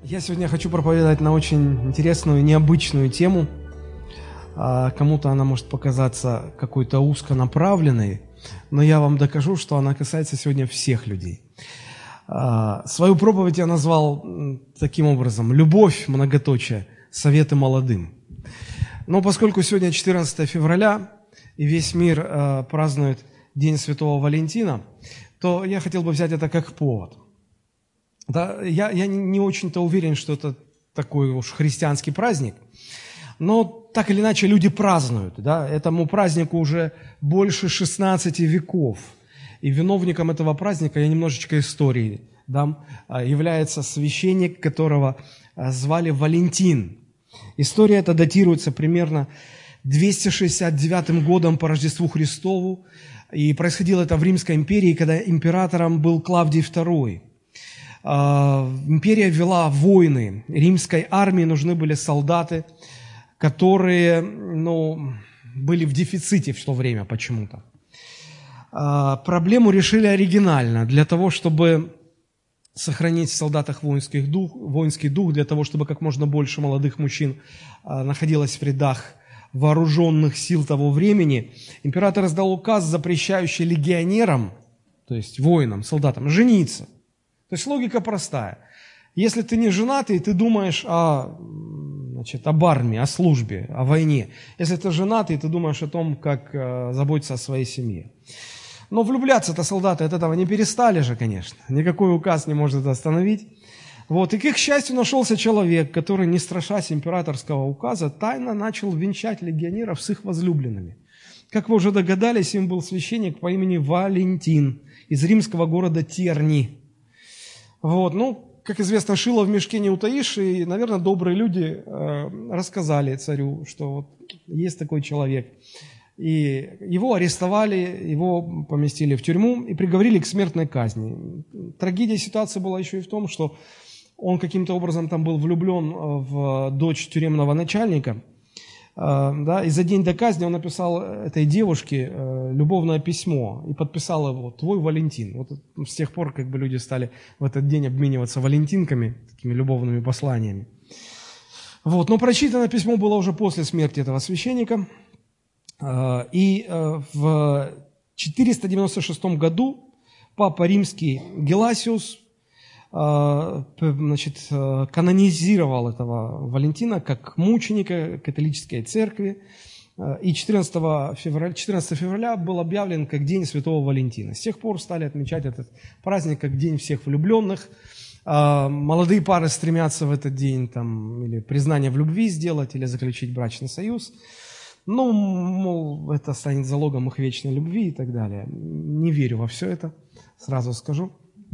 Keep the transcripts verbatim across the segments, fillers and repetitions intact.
Я сегодня хочу проповедовать на очень интересную, необычную тему. Кому-то она может показаться какой-то узконаправленной, но я вам докажу, что она касается сегодня всех людей. Свою проповедь я назвал таким образом: «Любовь, многоточие, советы молодым». Но поскольку сегодня четырнадцатое февраля, и весь мир празднует День Святого Валентина, то я хотел бы взять это как повод. Да, я, я не очень-то уверен, что это такой уж христианский праздник, но так или иначе люди празднуют. Да? Этому празднику уже больше шестнадцати веков. И виновником этого праздника, я немножечко истории дам, является священник, которого звали Валентин. История эта датируется примерно двести шестьдесят девятым годом по Рождеству Христову. И происходило это в Римской империи, когда императором был Клавдий второй. Империя вела войны. Римской армии нужны были солдаты, которые ну, были в дефиците в то время почему-то. Проблему решили оригинально, для того, чтобы сохранить в солдатах воинский дух, воинский дух, для того, чтобы как можно больше молодых мужчин находилось в рядах вооруженных сил того времени. Император издал указ, запрещающий легионерам, то есть воинам, солдатам, жениться. То есть логика простая. Если ты не женатый, ты думаешь о, значит, об армии, о службе, о войне. Если ты женатый, ты думаешь о том, как э, заботиться о своей семье. Но влюбляться-то солдаты от этого не перестали же, конечно. Никакой указ не может это остановить. Вот. И, к их счастью, нашелся человек, который, не страшась императорского указа, тайно начал венчать легионеров с их возлюбленными. Как вы уже догадались, им был священник по имени Валентин из римского города Терни. Вот, ну, как известно, шило в мешке не утаишь, и, наверное, добрые люди э, рассказали царю, что вот есть такой человек. И его арестовали, его поместили в тюрьму и приговорили к смертной казни. Трагедия ситуации была еще и в том, что он каким-то образом там был влюблен в дочь тюремного начальника. Да, и за день до казни он написал этой девушке э, любовное письмо и подписал его «Твой Валентин». Вот с тех пор как бы люди стали в этот день обмениваться валентинками, такими любовными посланиями. Вот. Но прочитано письмо было уже после смерти этого священника. Э, и э, в четыреста девяносто шестом году папа римский Геласиус значит, канонизировал этого Валентина как мученика католической церкви. И четырнадцатого февраля, четырнадцатого февраля был объявлен как День Святого Валентина. С тех пор стали отмечать этот праздник как День всех влюбленных. Молодые пары стремятся в этот день там, или признание в любви сделать, или заключить брачный союз. Ну, мол, это станет залогом их вечной любви и так далее. Не верю во все это, сразу скажу.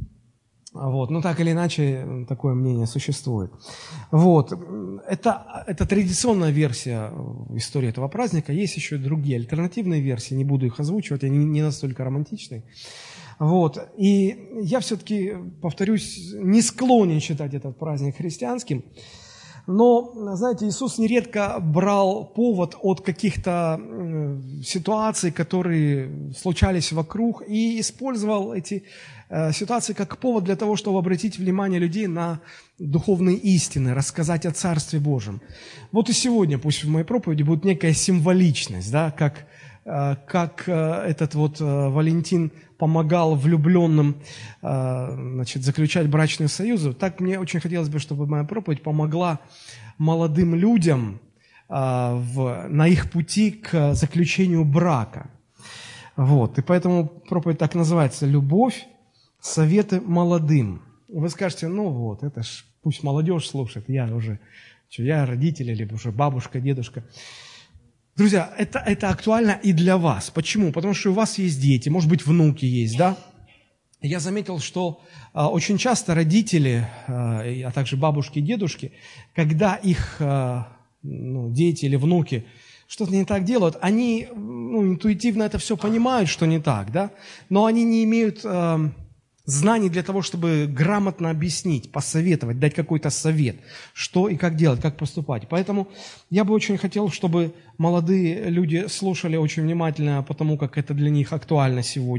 Вот, но так или иначе, такое мнение существует. Вот. Это, это традиционная версия истории этого праздника. Есть еще и другие альтернативные версии, не буду их озвучивать, они не настолько романтичные. Вот. И я все-таки, повторюсь, не склонен считать этот праздник христианским. Но, знаете, Иисус нередко брал повод от каких-то ситуаций, которые случались вокруг, и использовал эти ситуации как повод для того, чтобы обратить внимание людей на духовные истины, рассказать о Царстве Божьем. Вот и сегодня, пусть в моей проповеди будет некая символичность, да, как, как этот вот Валентин помогал влюбленным значит, заключать брачные союзы, так мне очень хотелось бы, чтобы моя проповедь помогла молодым людям в, на их пути к заключению брака. Вот. И поэтому проповедь так называется «Любовь, советы молодым». Вы скажете, ну вот, это ж пусть молодежь слушает, я уже, что, я родитель или уже бабушка, дедушка. Друзья, это, это актуально и для вас. Почему? Потому что у вас есть дети, может быть, внуки есть, да? Я заметил, что а, очень часто родители, а, а также бабушки и дедушки, когда их а, ну, дети или внуки что-то не так делают, они ну, интуитивно это все понимают, что не так, да? Но они не имеют а, знаний для того, чтобы грамотно объяснить, посоветовать, дать какой-то совет, что и как делать, как поступать. Поэтому я бы очень хотел, чтобы молодые люди слушали очень внимательно, потому как это для них актуально сегодня,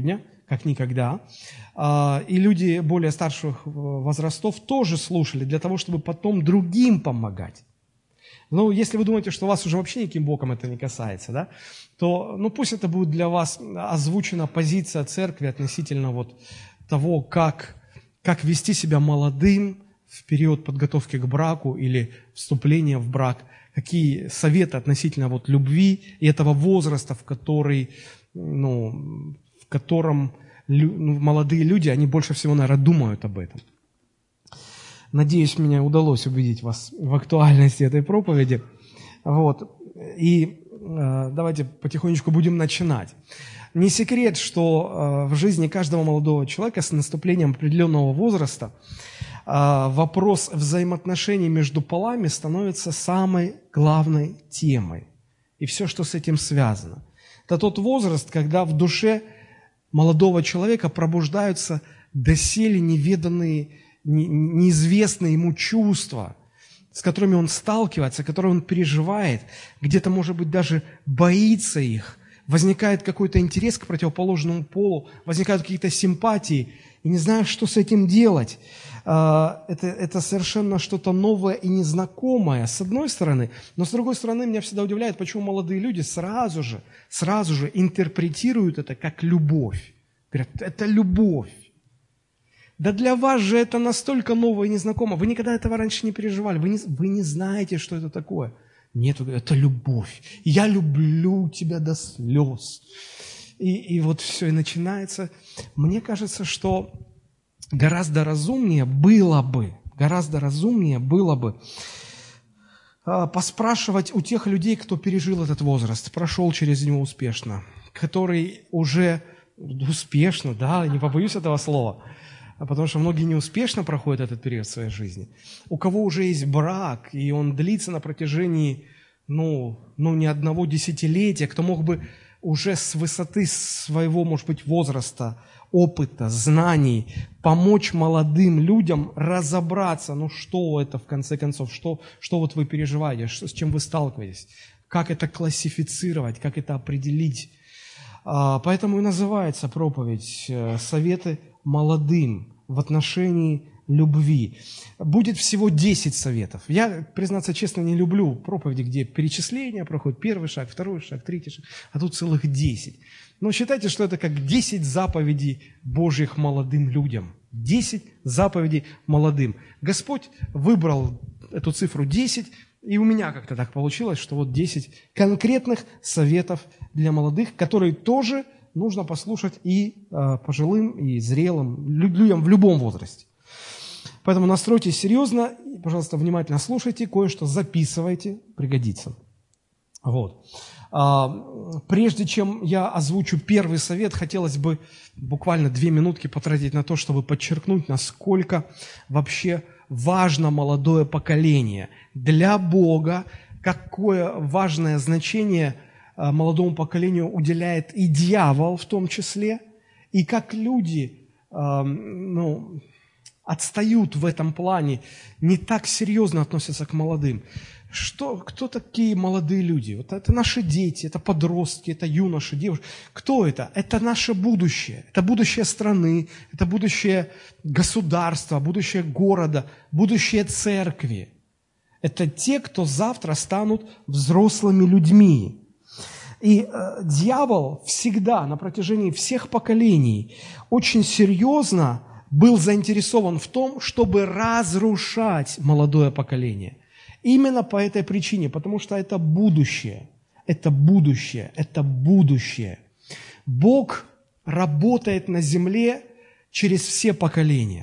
как никогда. И люди более старших возрастов тоже слушали для того, чтобы потом другим помогать. Ну, если вы думаете, что вас уже вообще никаким боком это не касается, да, то ну, пусть это будет для вас озвучена позиция церкви относительно вот того, как, как вести себя молодым в период подготовки к браку или вступления в брак, какие советы относительно вот любви и этого возраста, в, который, ну, в котором лю, ну, молодые люди, они больше всего, наверное, думают об этом. Надеюсь, мне удалось убедить вас в актуальности этой проповеди. Вот. И э, давайте потихонечку будем начинать. Не секрет, что э, в жизни каждого молодого человека с наступлением определенного возраста э, вопрос взаимоотношений между полами становится самой главной темой. И все, что с этим связано. Это тот возраст, когда в душе молодого человека пробуждаются доселе неведанные, неизвестные ему чувства, с которыми он сталкивается, которые он переживает, где-то, может быть, даже боится их, возникает какой-то интерес к противоположному полу, возникают какие-то симпатии, и не знаю, что с этим делать. Это, это совершенно что-то новое и незнакомое, с одной стороны, но с другой стороны, меня всегда удивляет, почему молодые люди сразу же, сразу же интерпретируют это как любовь. Говорят, это любовь. Да для вас же это настолько новое и незнакомо. Вы никогда этого раньше не переживали. Вы не, вы не знаете, что это такое. Нет, это любовь. Я люблю тебя до слез. И, и вот все, и начинается. Мне кажется, что гораздо разумнее было бы, гораздо разумнее было бы э, поспрашивать у тех людей, кто пережил этот возраст, прошел через него успешно, который уже успешно, да, не побоюсь этого слова, потому что многие неуспешно проходят этот период в своей жизни. У кого уже есть брак, и он длится на протяжении, ну, ну, не одного десятилетия, кто мог бы уже с высоты своего, может быть, возраста, опыта, знаний помочь молодым людям разобраться, ну, что это, в конце концов, что, что вот вы переживаете, что, с чем вы сталкиваетесь, как это классифицировать, как это определить. Поэтому и называется проповедь «Советы молодым в отношении любви». Будет всего десять советов. Я, признаться честно, не люблю проповеди, где перечисления проходят, первый шаг, второй шаг, третий шаг, а тут целых десять. Но считайте, что это как десять заповедей Божьих молодым людям. десять заповедей молодым. Господь выбрал эту цифру десять, и у меня как-то так получилось, что вот десять конкретных советов для молодых, которые тоже нужно послушать и э, пожилым, и зрелым, людям в любом возрасте. Поэтому настройтесь серьезно, и, пожалуйста, внимательно слушайте, кое-что записывайте, пригодится. Вот. А, прежде чем я озвучу первый совет, хотелось бы буквально две минутки потратить на то, чтобы подчеркнуть, насколько вообще важно молодое поколение. Для Бога какое важное значение молодому поколению уделяет и дьявол в том числе, и как люди э, ну, отстают в этом плане, не так серьезно относятся к молодым. Что, кто такие молодые люди? Вот это наши дети, это подростки, это юноши, девушки. Кто это? Это наше будущее. Это будущее страны, это будущее государства, будущее города, будущее церкви. Это те, кто завтра станут взрослыми людьми. И э, дьявол всегда, на протяжении всех поколений, очень серьезно был заинтересован в том, чтобы разрушать молодое поколение. Именно по этой причине, потому что это будущее, это будущее, это будущее. Бог работает на земле через все поколения.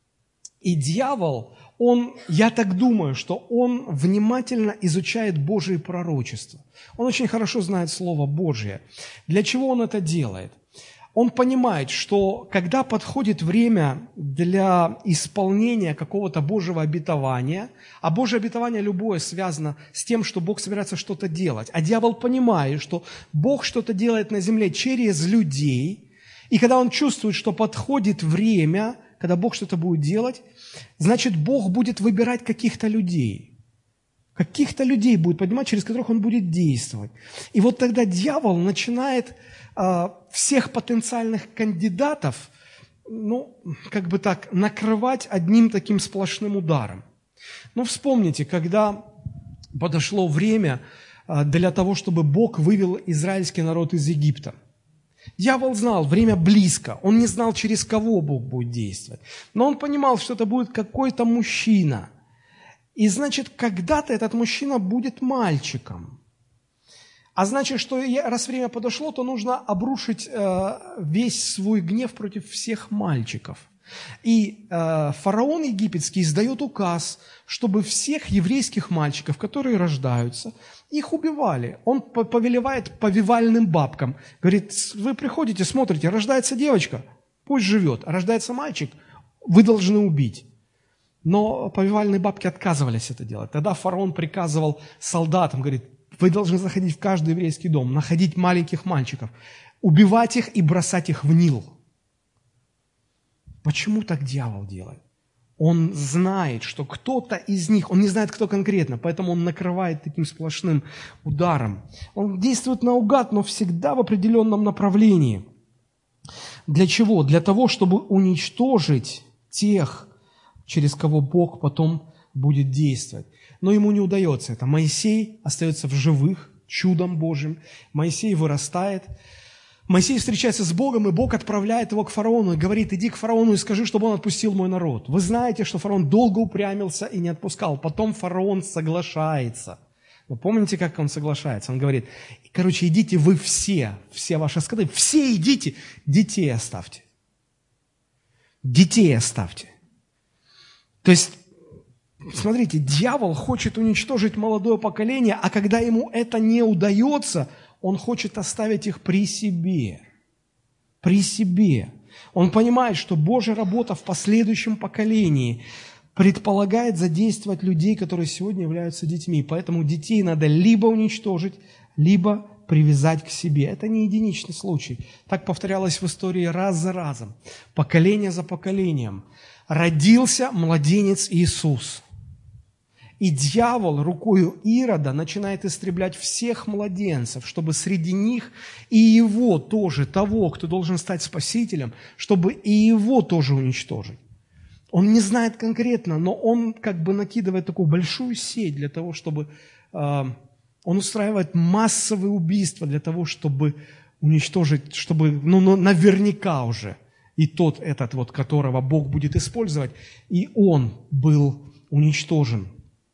И дьявол, он, я так думаю, что он внимательно изучает Божие пророчества. Он очень хорошо знает Слово Божие. Для чего он это делает? Он понимает, что когда подходит время для исполнения какого-то Божьего обетования, а Божье обетование любое связано с тем, что Бог собирается что-то делать, а дьявол понимает, что Бог что-то делает на земле через людей, и когда он чувствует, что подходит время, когда Бог что-то будет делать, значит, Бог будет выбирать каких-то людей. Каких-то людей будет поднимать, через которых он будет действовать. И вот тогда дьявол начинает э, всех потенциальных кандидатов, ну, как бы так, накрывать одним таким сплошным ударом. Но вспомните, когда подошло время э, для того, чтобы Бог вывел израильский народ из Египта. Дьявол знал, время близко, он не знал, через кого Бог будет действовать. Но он понимал, что это будет какой-то мужчина. И значит, когда-то этот мужчина будет мальчиком. А значит, что раз время подошло, то нужно обрушить э, весь свой гнев против всех мальчиков. И э, фараон египетский издает указ, чтобы всех еврейских мальчиков, которые рождаются, их убивали. Он повелевает повивальным бабкам. Говорит, вы приходите, смотрите, рождается девочка, пусть живет, а рождается мальчик, вы должны убить. Но повивальные бабки отказывались это делать. Тогда фараон приказывал солдатам, говорит, вы должны заходить в каждый еврейский дом, находить маленьких мальчиков, убивать их и бросать их в Нил. Почему так дьявол делает? Он знает, что кто-то из них, он не знает, кто конкретно, поэтому он накрывает таким сплошным ударом. Он действует наугад, но всегда в определенном направлении. Для чего? Для того, чтобы уничтожить тех, через кого Бог потом будет действовать. Но ему не удается это. Моисей остается в живых, чудом Божьим. Моисей вырастает. Моисей встречается с Богом, и Бог отправляет его к фараону и говорит, иди к фараону и скажи, чтобы он отпустил мой народ. Вы знаете, что фараон долго упрямился и не отпускал. Потом фараон соглашается. Вы помните, как он соглашается? Он говорит, короче, идите вы все, все ваши скоты, все идите, детей оставьте. Детей оставьте. То есть, смотрите, дьявол хочет уничтожить молодое поколение, а когда ему это не удается, он хочет оставить их при себе. При себе. Он понимает, что Божья работа в последующем поколении предполагает задействовать людей, которые сегодня являются детьми. Поэтому детей надо либо уничтожить, либо привязать к себе. Это не единичный случай. Так повторялось в истории раз за разом, поколение за поколением. Родился младенец Иисус. И дьявол рукою Ирода начинает истреблять всех младенцев, чтобы среди них и его тоже, того, кто должен стать спасителем, чтобы и его тоже уничтожить. Он не знает конкретно, но он как бы накидывает такую большую сеть для того, чтобы... Э, он устраивает массовые убийства для того, чтобы уничтожить, чтобы, ну, ну наверняка уже... И тот этот вот, которого Бог будет использовать, и он был уничтожен.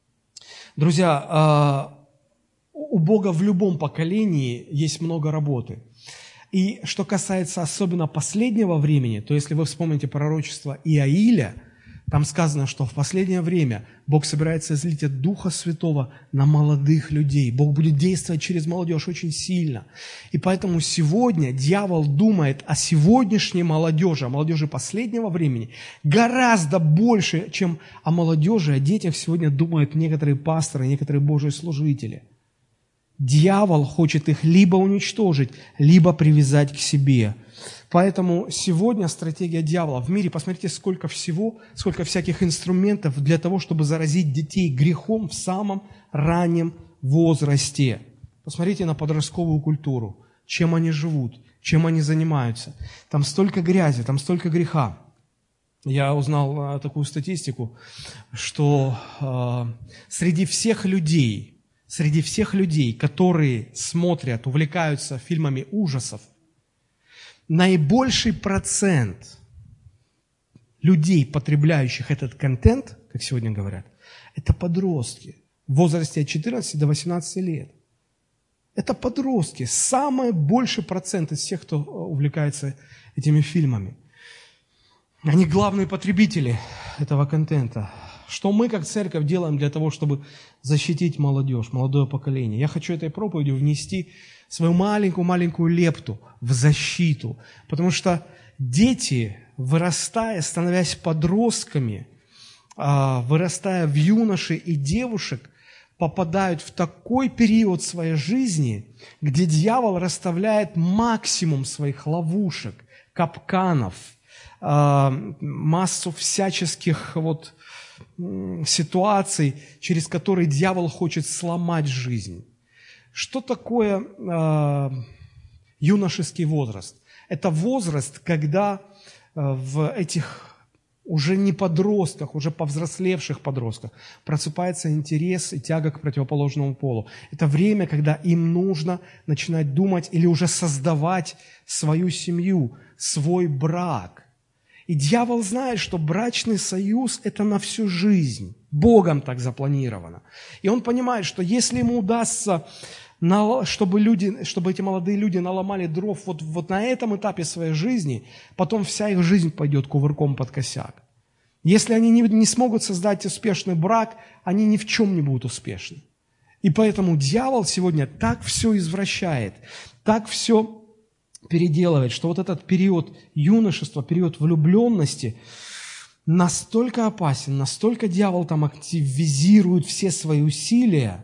Друзья, у Бога в любом поколении есть много работы. И что касается особенно последнего времени, то если вы вспомните пророчество Иаиля, там сказано, что в последнее время Бог собирается излить от Духа Святого на молодых людей. Бог будет действовать через молодежь очень сильно. И поэтому сегодня дьявол думает о сегодняшней молодежи, о молодежи последнего времени, гораздо больше, чем о молодежи, о детях сегодня думают некоторые пасторы, некоторые Божьи служители. Дьявол хочет их либо уничтожить, либо привязать к себе. Поэтому сегодня стратегия дьявола в мире, посмотрите, сколько всего, сколько всяких инструментов для того, чтобы заразить детей грехом в самом раннем возрасте. Посмотрите на подростковую культуру, чем они живут, чем они занимаются. Там столько грязи, там столько греха. Я узнал э, такую статистику, что э, среди всех людей, среди всех людей, которые смотрят, увлекаются фильмами ужасов, наибольший процент людей, потребляющих этот контент, как сегодня говорят, это подростки в возрасте от четырнадцати до восемнадцати лет. Это подростки. Самый больший процент из всех, кто увлекается этими фильмами. Они главные потребители этого контента. Что мы, как церковь, делаем для того, чтобы защитить молодежь, молодое поколение? Я хочу этой проповедью внести свою маленькую-маленькую лепту в защиту. Потому что дети, вырастая, становясь подростками, вырастая в юношей и девушек, попадают в такой период своей жизни, где дьявол расставляет максимум своих ловушек, капканов, массу всяческих вот ситуаций, через которые дьявол хочет сломать жизнь. Что такое э, юношеский возраст? Это возраст, когда э, в этих уже не подростках, уже повзрослевших подростках просыпается интерес и тяга к противоположному полу. Это время, когда им нужно начинать думать или уже создавать свою семью, свой брак. И дьявол знает, что брачный союз – это на всю жизнь. Богом так запланировано. И он понимает, что если ему удастся, чтобы, люди, чтобы эти молодые люди наломали дров вот, вот на этом этапе своей жизни, потом вся их жизнь пойдет кувырком под косяк. Если они не, не смогут создать успешный брак, они ни в чем не будут успешны. И поэтому дьявол сегодня так все извращает, так все переделывает, что вот этот период юношества, период влюбленности настолько опасен, настолько дьявол там активизирует все свои усилия,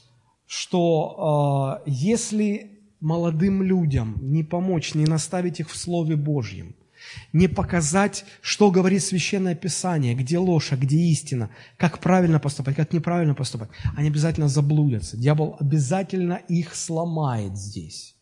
что э, если молодым людям не помочь, не наставить их в Слове Божьем, не показать, что говорит Священное Писание, где ложь, а где истина, как правильно поступать, как неправильно поступать, они обязательно заблудятся. Дьявол обязательно их сломает здесь.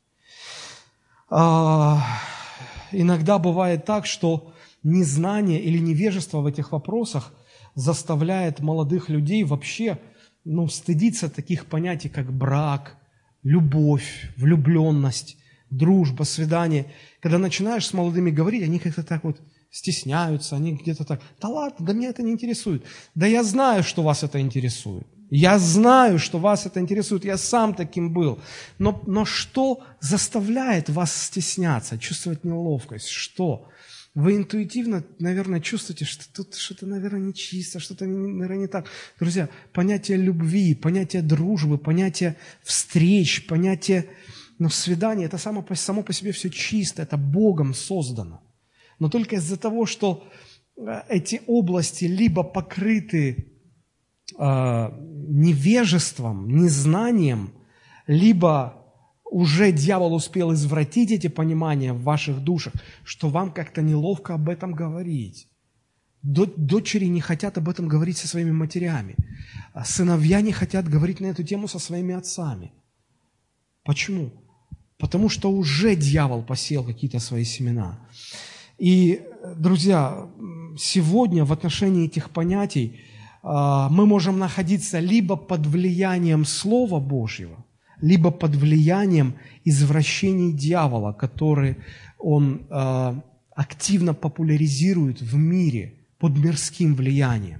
А, иногда бывает так, что незнание или невежество в этих вопросах заставляет молодых людей вообще ну, стыдиться таких понятий, как брак, любовь, влюбленность, дружба, свидание. Когда начинаешь с молодыми говорить, они как-то так вот стесняются, они где-то так, да ладно, да меня это не интересует. Да я знаю, что вас это интересует. Я знаю, что вас это интересует, я сам таким был. Но, но что заставляет вас стесняться, чувствовать неловкость? Что? Вы интуитивно, наверное, чувствуете, что тут что-то, наверное, нечисто, что-то, наверное, не так. Друзья, понятие любви, понятие дружбы, понятие встреч, понятие ну, свидания, это само, само по себе все чисто, это Богом создано. Но только из-за того, что эти области либо покрыты э, невежеством, незнанием, либо уже дьявол успел извратить эти понимания в ваших душах, что вам как-то неловко об этом говорить. Дочери не хотят об этом говорить со своими матерями. Сыновья не хотят говорить на эту тему со своими отцами. Почему? Потому что уже дьявол посеял какие-то свои семена. И, друзья, сегодня в отношении этих понятий мы можем находиться либо под влиянием Слова Божьего, либо под влиянием извращений дьявола, которые он э, активно популяризирует в мире под мирским влиянием.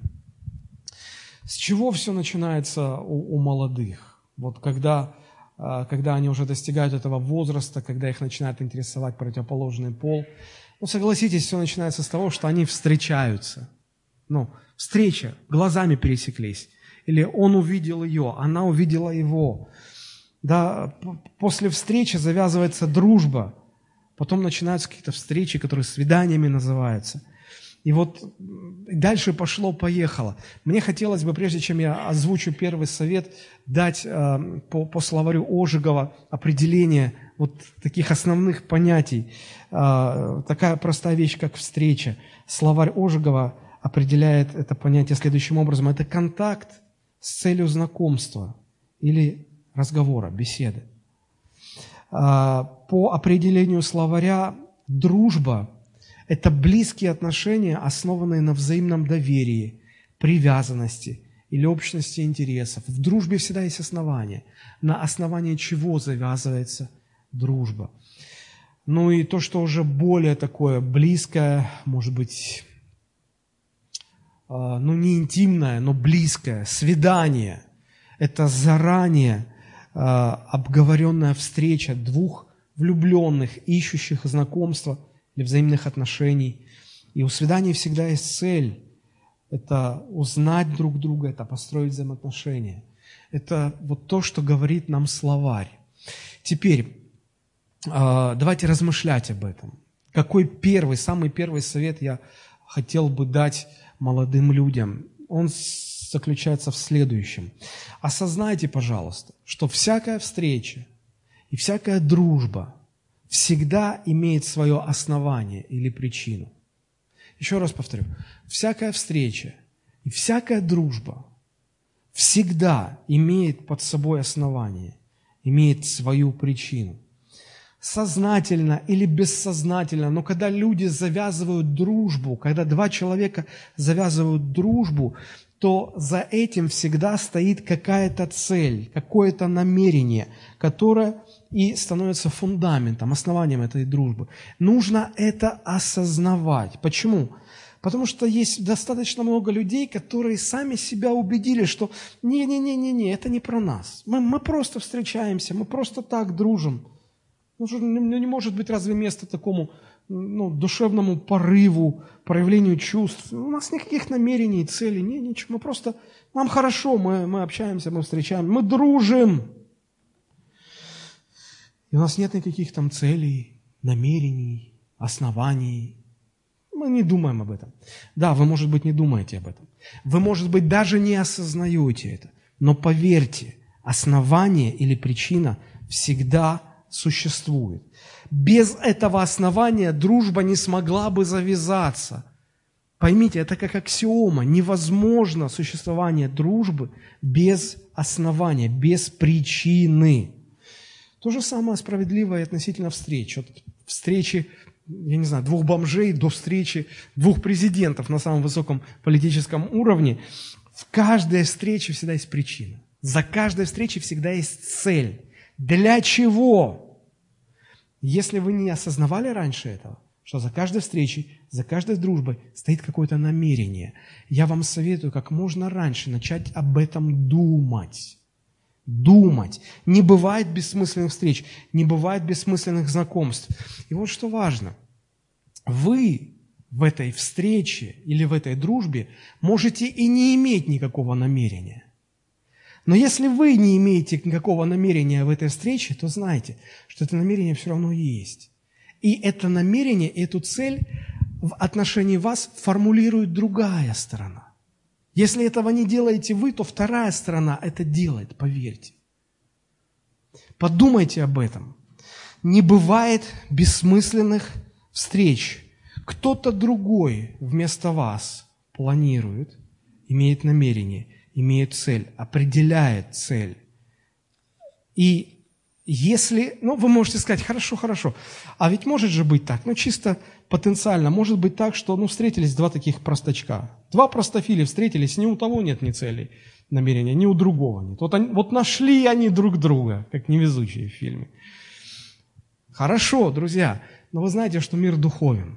С чего все начинается у, у молодых? Вот когда, э, когда они уже достигают этого возраста, когда их начинает интересовать противоположный пол, ну, согласитесь, все начинается с того, что они встречаются. Ну, встреча, глазами пересеклись. Или он увидел ее, она увидела его. Да, после встречи завязывается дружба, потом начинаются какие-то встречи, которые свиданиями называются. И вот дальше пошло-поехало. Мне хотелось бы, прежде чем я озвучу первый совет, дать э, по, по словарю Ожегова определение вот таких основных понятий. Э, такая простая вещь, как встреча. Словарь Ожегова определяет это понятие следующим образом. Это контакт с целью знакомства или разговора, беседы. По определению словаря, дружба – это близкие отношения, основанные на взаимном доверии, привязанности или общности интересов. В дружбе всегда есть основание. На основании чего завязывается дружба? Ну и то, что уже более такое близкое, может быть, ну не интимное, но близкое, свидание – это заранее обговоренная встреча двух влюбленных, ищущих знакомства или взаимных отношений. И у свиданий всегда есть цель. Это узнать друг друга, это построить взаимоотношения. Это вот то, что говорит нам словарь. Теперь, давайте размышлять об этом. Какой первый, самый первый совет я хотел бы дать молодым людям? Он заключается в следующем. Осознайте, пожалуйста, что всякая встреча и всякая дружба всегда имеет свое основание или причину. Еще раз повторю. Всякая встреча, И всякая дружба всегда имеет под собой основание, имеет свою причину. Сознательно или бессознательно, но когда люди завязывают дружбу, когда два человека завязывают дружбу, то за этим всегда стоит какая-то цель, какое-то намерение, которое и становится фундаментом, основанием этой дружбы. Нужно это осознавать. Почему? Потому что есть достаточно много людей, которые сами себя убедили, что не-не-не-не, это не про нас. Мы, мы просто встречаемся, мы просто так дружим. Ну, не может быть разве место такому ну, душевному порыву, проявлению чувств? У нас никаких намерений, целей, не, ничего. Мы просто, нам хорошо, мы, мы общаемся, мы встречаем, мы дружим. И у нас нет никаких там целей, намерений, оснований. Мы не думаем об этом. Да, вы, может быть, не думаете об этом. Вы, может быть, даже не осознаете это. Но поверьте, основание или причина всегда существует. Без этого основания дружба не смогла бы завязаться. Поймите, это как аксиома. Невозможно существование дружбы без основания, без причины. То же самое справедливо и относительно встреч. От встречи, я не знаю, двух бомжей до встречи двух президентов на самом высоком политическом уровне. В каждой встрече всегда есть причина. За каждой встречей всегда есть цель. Для чего? Если вы не осознавали раньше этого, что за каждой встречей, за каждой дружбой стоит какое-то намерение, я вам советую как можно раньше начать об этом думать. Думать. Не бывает бессмысленных встреч, не бывает бессмысленных знакомств. И вот что важно. Вы в этой встрече или в этой дружбе можете и не иметь никакого намерения. Но если вы не имеете никакого намерения в этой встрече, то знайте, что это намерение все равно есть. И это намерение, эту цель в отношении вас формулирует другая сторона. Если этого не делаете вы, то вторая сторона это делает, поверьте. Подумайте об этом. Не бывает бессмысленных встреч. Кто-то другой вместо вас планирует, имеет намерение, имеет цель, определяет цель. И если, ну, вы можете сказать, хорошо, хорошо, а ведь может же быть так, ну, чисто потенциально, может быть так, что, ну, встретились два таких простачка, два простофиля встретились, ни у того нет ни целей, намерения, ни у другого нет. Вот, они, вот нашли они друг друга, как невезучие в фильме. Хорошо, друзья, но вы знаете, что мир духовен.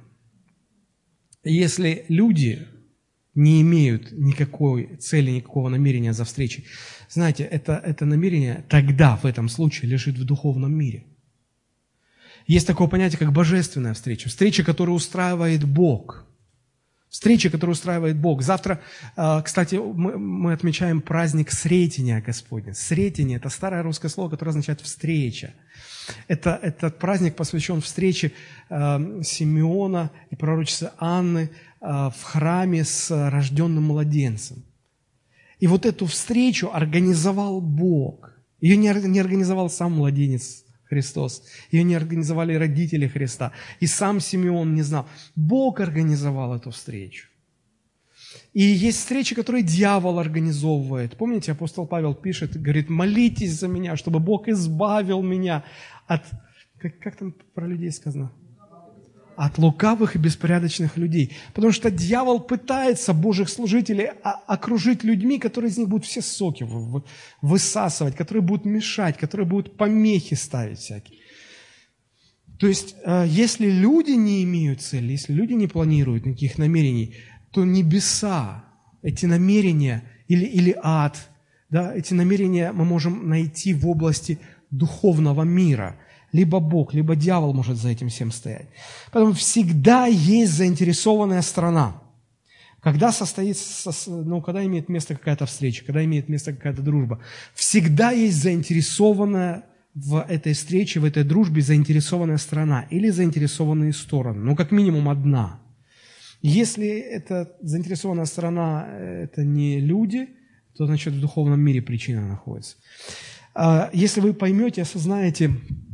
Если люди не имеют никакой цели, никакого намерения за встречей, знаете, это, это намерение тогда, в этом случае, лежит в духовном мире. Есть такое понятие, как божественная встреча. Встреча, которую устраивает Бог. Встреча, которую устраивает Бог. Завтра, кстати, мы, мы отмечаем праздник Сретения Господня. Сретение – это старое русское слово, которое означает «встреча». Это, этот праздник посвящен встрече э, Симеона и пророчицы Анны э, в храме с рожденным младенцем. И вот эту встречу организовал Бог. Ее не, не организовал сам младенец Христос, ее не организовали родители Христа, и сам Симеон не знал. Бог организовал эту встречу. И есть встречи, которые дьявол организовывает. Помните, апостол Павел пишет, говорит, молитесь за меня, чтобы Бог избавил меня от, как, как там про людей сказано? От лукавых и беспорядочных людей. Потому что дьявол пытается Божьих служителей окружить людьми, которые из них будут все соки высасывать, которые будут мешать, которые будут помехи ставить всякие. То есть, если люди не имеют цели, если люди не планируют никаких намерений, то небеса, эти намерения, или, или ад, да, эти намерения мы можем найти в области духовного мира. Либо Бог, либо дьявол может за этим всем стоять. Поэтому всегда есть заинтересованная сторона. Когда состоится, ну, когда имеет место какая-то встреча, когда имеет место какая-то дружба, всегда есть заинтересованная в этой встрече, в этой дружбе заинтересованная сторона или заинтересованные стороны. Ну, как минимум одна. Если эта заинтересованная сторона – это не люди, то, значит, в духовном мире причина находится. Если вы поймете, осознаете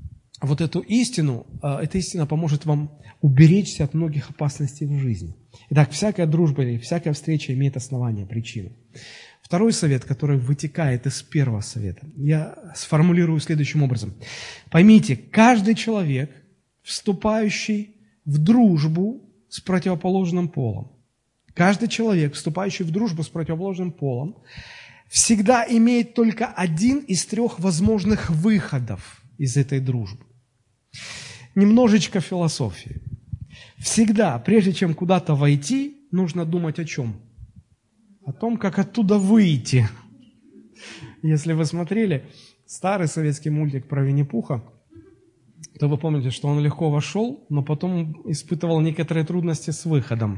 вот эту истину, эта истина поможет вам уберечься от многих опасностей в жизни. Итак, всякая дружба или всякая встреча имеет основание, причину. Второй совет, который вытекает из первого совета, я сформулирую следующим образом. Поймите, каждый человек, вступающий в дружбу с противоположным полом, каждый человек, вступающий в дружбу с противоположным полом, всегда имеет только один из трех возможных выходов из этой дружбы. Немножечко философии. Всегда, прежде чем куда-то войти, нужно думать о чем? О том, как оттуда выйти. Если вы смотрели старый советский мультик про Винни-Пуха, то вы помните, что он легко вошел, но потом испытывал некоторые трудности с выходом,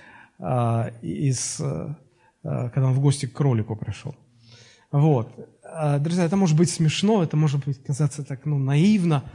из, когда он в гости к кролику пришел. Вот. Друзья, это может быть смешно, это может быть казаться так, ну, наивно,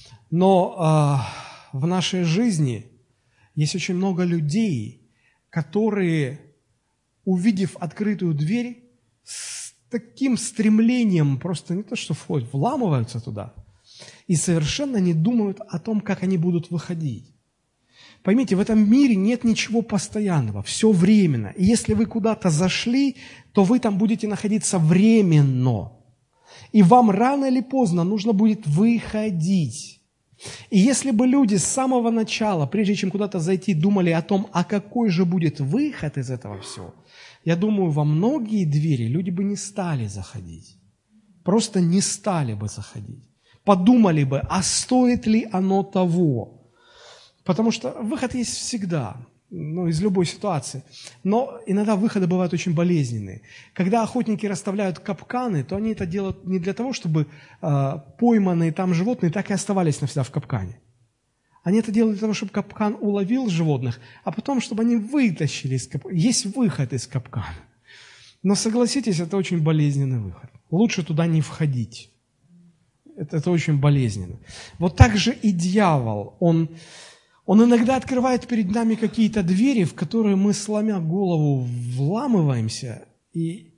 но в нашей жизни есть очень много людей, которые, увидев открытую дверь, с таким стремлением просто не то что входят, вламываются туда и совершенно не думают о том, как они будут выходить. Поймите, в этом мире нет ничего постоянного, все временно. И если вы куда-то зашли, то вы там будете находиться временно. И вам рано или поздно нужно будет выходить. И если бы люди с самого начала, прежде чем куда-то зайти, думали о том, а какой же будет выход из этого всего, я думаю, во многие двери люди бы не стали заходить. Просто не стали бы заходить. Подумали бы, а стоит ли оно того? Потому что выход есть всегда, ну, из любой ситуации. Но иногда выходы бывают очень болезненные. Когда охотники расставляют капканы, то они это делают не для того, чтобы э, пойманные там животные так и оставались навсегда в капкане. Они это делают для того, чтобы капкан уловил животных, а потом, чтобы они вытащили из капкана. Есть выход из капкана. Но согласитесь, это очень болезненный выход. Лучше туда не входить. Это, это очень болезненно. Вот так же и дьявол, он... Он иногда открывает перед нами какие-то двери, в которые мы, сломя голову, вламываемся и,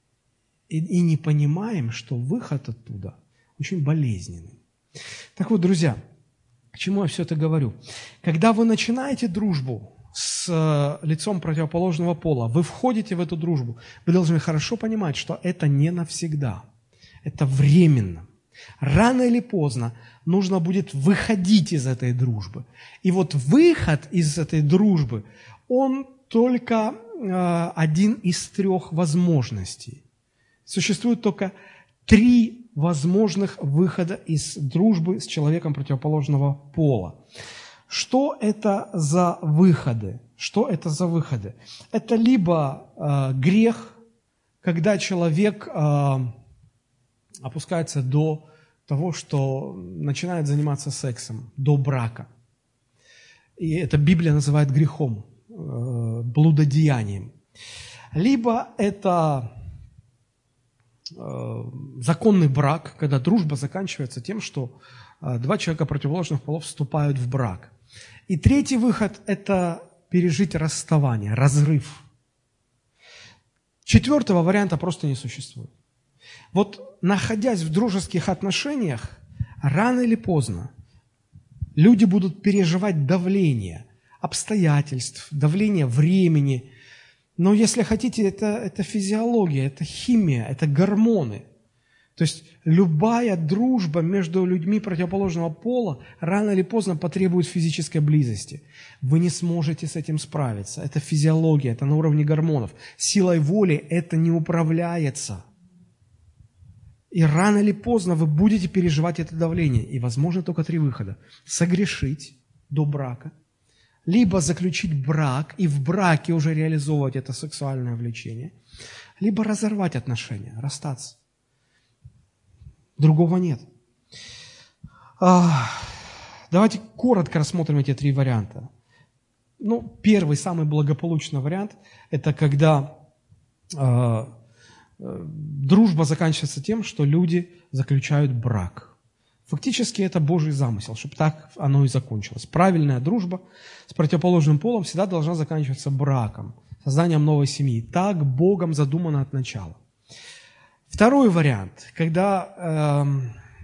и, и не понимаем, что выход оттуда очень болезненный. Так вот, друзья, к чему я все это говорю? Когда вы начинаете дружбу с лицом противоположного пола, вы входите в эту дружбу, вы должны хорошо понимать, что это не навсегда, это временно. Рано или поздно нужно будет выходить из этой дружбы. И вот выход из этой дружбы, он только э, один из трех возможностей. Существует только три возможных выхода из дружбы с человеком противоположного пола. Что это за выходы? Что это за выходы? Это либо э, грех, когда человек... Э, опускается до того, что начинает заниматься сексом, до брака. И это Библия называет грехом, блудодеянием. Либо это законный брак, когда дружба заканчивается тем, что два человека противоположных полов вступают в брак. И третий выход – это пережить расставание, разрыв. Четвертого варианта просто не существует. Вот, находясь в дружеских отношениях, рано или поздно люди будут переживать давление обстоятельств, давление времени. Но если хотите, это, это физиология, это химия, это гормоны. То есть любая дружба между людьми противоположного пола рано или поздно потребует физической близости. Вы не сможете с этим справиться. Это физиология, это на уровне гормонов. Силой воли это не управляется. И рано или поздно вы будете переживать это давление. И, возможно, только три выхода. Согрешить до брака, либо заключить брак и в браке уже реализовывать это сексуальное влечение, либо разорвать отношения, расстаться. Другого нет. Давайте коротко рассмотрим эти три варианта. Ну, первый, самый благополучный вариант – это когда дружба заканчивается тем, что люди заключают брак. Фактически это Божий замысел, чтобы так оно и закончилось. Правильная дружба с противоположным полом всегда должна заканчиваться браком, созданием новой семьи. Так Богом задумано от начала. Второй вариант, когда, э,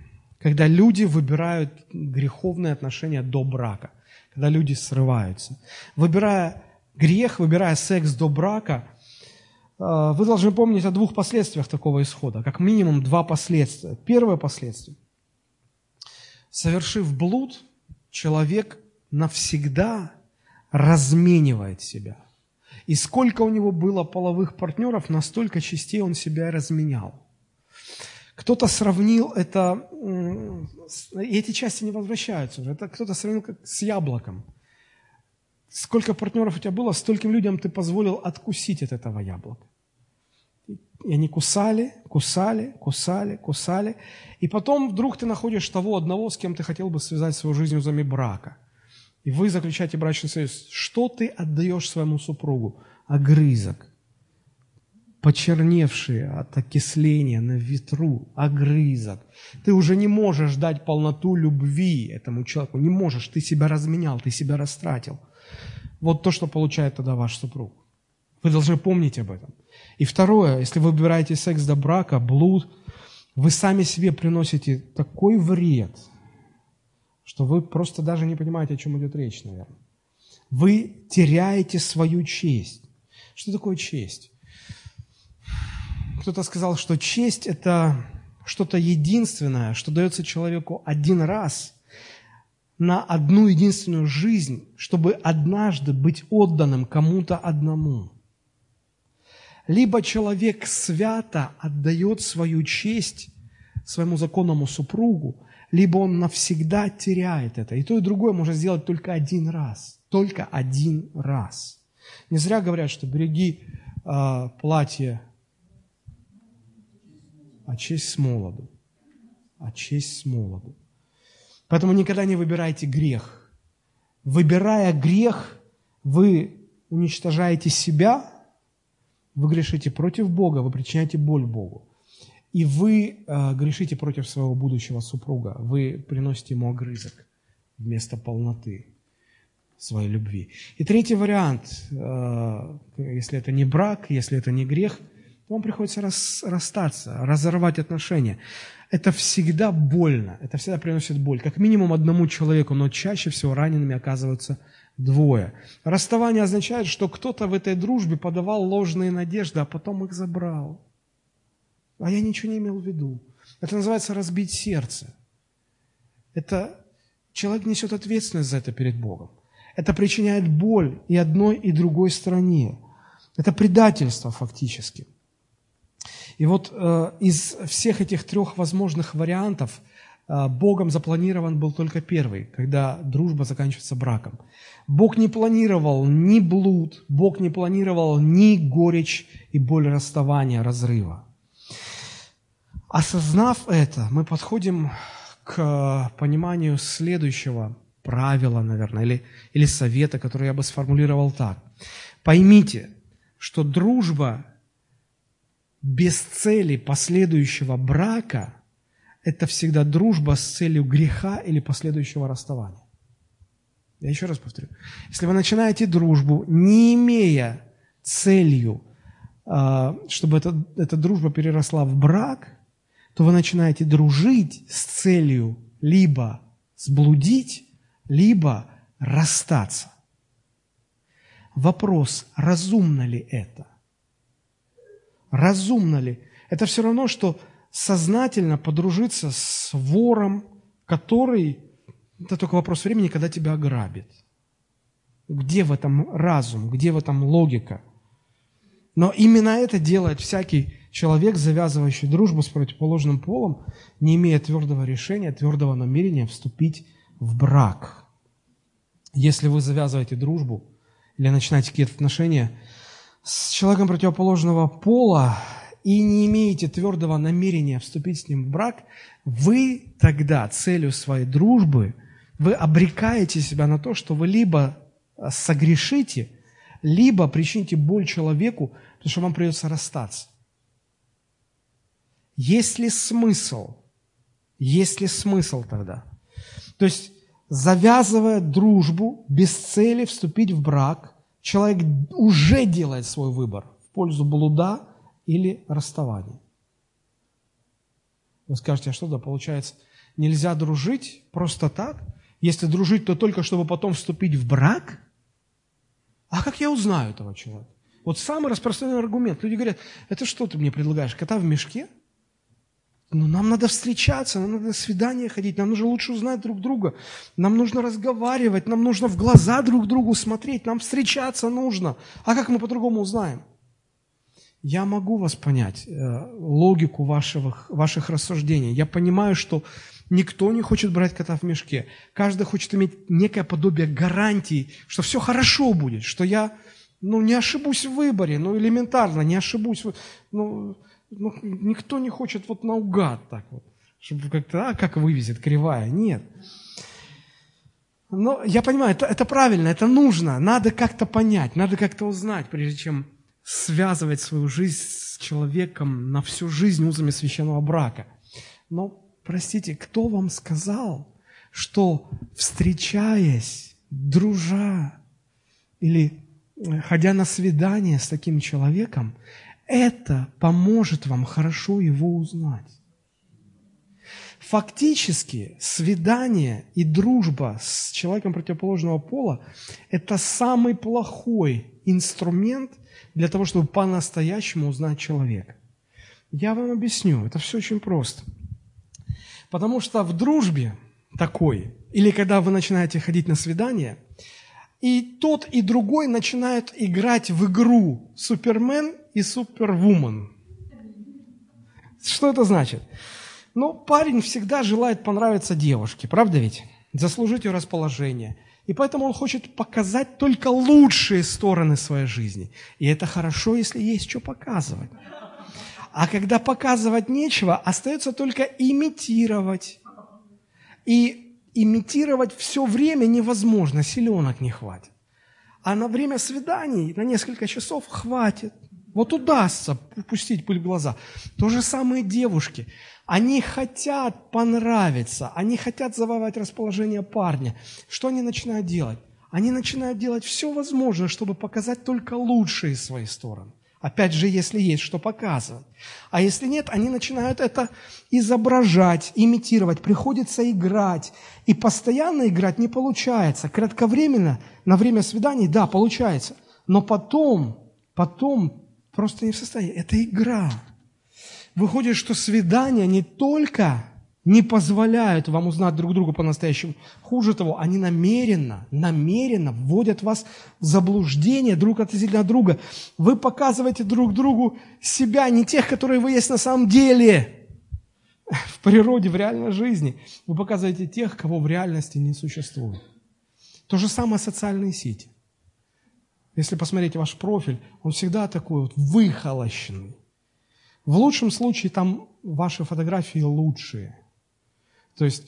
когда люди выбирают греховные отношения до брака, когда люди срываются. Выбирая грех, выбирая секс до брака, вы должны помнить о двух последствиях такого исхода, как минимум два последствия. Первое последствие. Совершив блуд, человек навсегда разменивает себя. И сколько у него было половых партнеров, настолько частей он себя разменял. Кто-то сравнил это, и эти части не возвращаются уже, это кто-то сравнил как с яблоком. Сколько партнеров у тебя было, стольким людям ты позволил откусить от этого яблока. И они кусали, кусали, кусали, кусали. И потом вдруг ты находишь того одного, с кем ты хотел бы связать свою жизнь узами брака. И вы заключаете брачный союз. Что ты отдаешь своему супругу? Огрызок. Почерневшие от окисления на ветру. Огрызок. Ты уже не можешь дать полноту любви этому человеку. Не можешь. Ты себя разменял, ты себя растратил. Вот то, что получает тогда ваш супруг. Вы должны помнить об этом. И второе, если вы выбираете секс до брака, блуд, вы сами себе приносите такой вред, что вы просто даже не понимаете, о чем идет речь, наверное. Вы теряете свою честь. Что такое честь? Кто-то сказал, что честь – это что-то единственное, что дается человеку один раз на одну единственную жизнь, чтобы однажды быть отданным кому-то одному. Либо человек свято отдает свою честь своему законному супругу, либо он навсегда теряет это. И то, и другое можно сделать только один раз. Только один раз. Не зря говорят, что береги э, платье, а честь с молоду. А честь с молоду. Поэтому никогда не выбирайте грех. Выбирая грех, вы уничтожаете себя, вы грешите против Бога, вы причиняете боль Богу. И вы э, грешите против своего будущего супруга. Вы приносите ему огрызок вместо полноты своей любви. И третий вариант, э, если это не брак, если это не грех, то вам приходится рас, расстаться, разорвать отношения. Это всегда больно, это всегда приносит боль. Как минимум одному человеку, но чаще всего ранеными оказываются двое. Расставание означает, что кто-то в этой дружбе подавал ложные надежды, а потом их забрал. А я ничего не имел в виду. Это называется разбить сердце. Это человек несет ответственность за это перед Богом. Это причиняет боль и одной, и другой стороне. Это предательство фактически. И вот э, из всех этих трех возможных вариантов э, Богом запланирован был только первый, когда дружба заканчивается браком. Бог не планировал ни блуд, Бог не планировал ни горечь и боль расставания, разрыва. Осознав это, мы подходим к пониманию следующего правила, наверное, или, или совета, который я бы сформулировал так. Поймите, что дружба без цели последующего брака – это всегда дружба с целью греха или последующего расставания. Я еще раз повторю. Если вы начинаете дружбу, не имея целью, чтобы эта, эта дружба переросла в брак, то вы начинаете дружить с целью либо сблудить, либо расстаться. Вопрос, разумно ли это? Разумно ли? Это все равно, что сознательно подружиться с вором, который, это только вопрос времени, когда тебя ограбит. Где в этом разум, где в этом логика? Но именно это делает всякий человек, завязывающий дружбу с противоположным полом, не имея твердого решения, твердого намерения вступить в брак. Если вы завязываете дружбу или начинаете какие-то отношения с человеком противоположного пола и не имеете твердого намерения вступить с ним в брак, вы тогда целью своей дружбы, вы обрекаете себя на то, что вы либо согрешите, либо причините боль человеку, потому что вам придется расстаться. Есть ли смысл? Есть ли смысл тогда? То есть, завязывая дружбу без цели вступить в брак, человек уже делает свой выбор в пользу блуда или расставания. Вы скажете, а что да, получается, нельзя дружить просто так? Если дружить, то только чтобы потом вступить в брак? А как я узнаю этого человека? Вот самый распространенный аргумент. Люди говорят, это что ты мне предлагаешь, кота в мешке? Ну, нам надо встречаться, нам надо на свидание ходить, нам нужно лучше узнать друг друга, нам нужно разговаривать, нам нужно в глаза друг другу смотреть, нам встречаться нужно. А как мы по-другому узнаем? Я могу вас понять, э, логику ваших, ваших рассуждений. Я понимаю, что никто не хочет брать кота в мешке. Каждый хочет иметь некое подобие гарантии, что все хорошо будет, что я ну, не ошибусь в выборе, ну, элементарно, не ошибусь. Ну, ну, никто не хочет вот наугад так вот, чтобы как-то, а, как вывезет кривая. Нет. Но я понимаю, это, это правильно, это нужно. Надо как-то понять, надо как-то узнать, прежде чем связывать свою жизнь с человеком на всю жизнь узами священного брака. Но, простите, кто вам сказал, что, встречаясь, дружа или ходя на свидание с таким человеком, это поможет вам хорошо его узнать? Фактически, свидание и дружба с человеком противоположного пола – это самый плохой инструмент для того, чтобы по-настоящему узнать человека. Я вам объясню, это все очень просто. Потому что в дружбе такой, или когда вы начинаете ходить на свидание, и тот, и другой начинают играть в игру Супермен и Супервумен. Что это значит? Ну, парень всегда желает понравиться девушке, правда ведь? Заслужить ее расположение. И поэтому он хочет показать только лучшие стороны своей жизни. И это хорошо, если есть что показывать. А когда показывать нечего, остается только имитировать. И имитировать все время невозможно, силенок не хватит. А на время свиданий, на несколько часов хватит. Вот удастся пустить пыль в глаза. То же самое девушки. Они хотят понравиться, они хотят завоевать расположение парня. Что они начинают делать? Они начинают делать все возможное, чтобы показать только лучшие свои стороны. Опять же, если есть что показывать. А если нет, они начинают это изображать, имитировать, приходится играть. И постоянно играть не получается. Кратковременно, на время свиданий, да, получается. Но потом, потом просто не в состоянии. Это игра. Выходит, что свидания не только не позволяют вам узнать друг друга по-настоящему, хуже того, они намеренно, намеренно вводят вас в заблуждение друг относительно друга. Вы показываете друг другу себя, не тех, которые вы есть на самом деле. В природе, в реальной жизни. Вы показываете тех, кого в реальности не существует. То же самое социальные сети. Если посмотреть ваш профиль, он всегда такой вот выхолощенный. В лучшем случае там ваши фотографии лучшие. То есть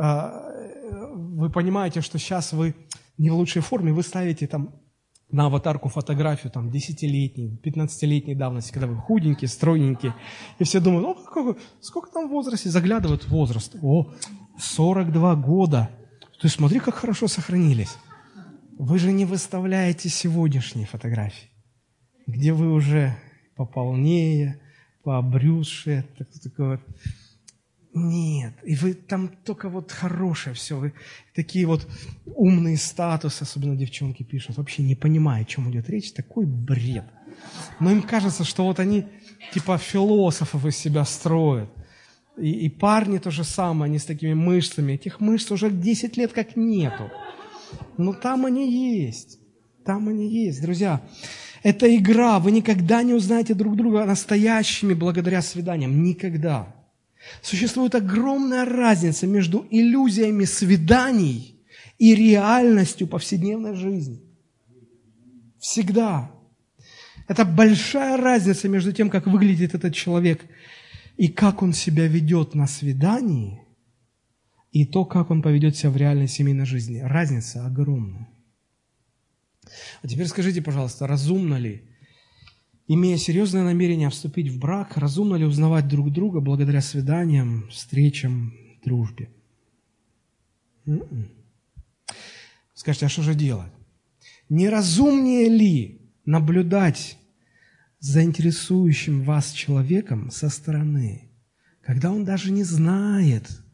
вы понимаете, что сейчас вы не в лучшей форме, вы ставите там на аватарку фотографию там, десятилетней, пятнадцатилетней давности, когда вы худенькие, стройненькие, и все думают, о, какой, сколько там в возрасте, заглядывают в возраст, о, сорок два года, то есть смотри, как хорошо сохранились. Вы же не выставляете сегодняшние фотографии, где вы уже пополнее, пообрюзшие, такое вот. Нет, и вы там только вот хорошее все, вы такие вот умные статусы, особенно девчонки пишут, вообще не понимая, о чем идет речь, такой бред. Но им кажется, что вот они типа философов из себя строят. И, и парни то же самое, они с такими мышцами, этих мышц уже десять лет как нету. Но там они есть, там они есть, друзья. Это игра, вы никогда не узнаете друг друга настоящими благодаря свиданиям, никогда. Существует огромная разница между иллюзиями свиданий и реальностью повседневной жизни. Всегда. Это большая разница между тем, как выглядит этот человек и как он себя ведет на свидании, и то, как он поведет себя в реальной семейной жизни. Разница огромная. А теперь скажите, пожалуйста, разумно ли, имея серьезное намерение вступить в брак, разумно ли узнавать друг друга благодаря свиданиям, встречам, дружбе? м-м. Скажите, а что же делать? Неразумнее ли наблюдать за интересующим вас человеком со стороны, когда он даже не знает,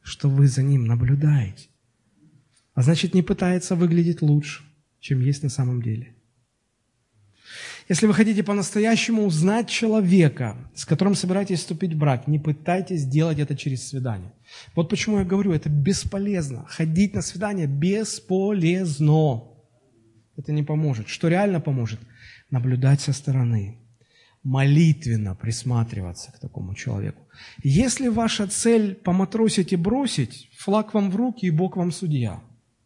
что вы за ним наблюдаете. А значит, не пытается выглядеть лучше, чем есть на самом деле. Если вы хотите по-настоящему узнать человека, с которым собираетесь вступить в брак, не пытайтесь делать это через свидание. Вот почему я говорю, это бесполезно. Ходить на свидание бесполезно. Это не поможет. Что реально поможет? Наблюдать со стороны. Молитвенно присматриваться к такому человеку. Если ваша цель поматросить и бросить, флаг вам в руки, и Бог вам судья.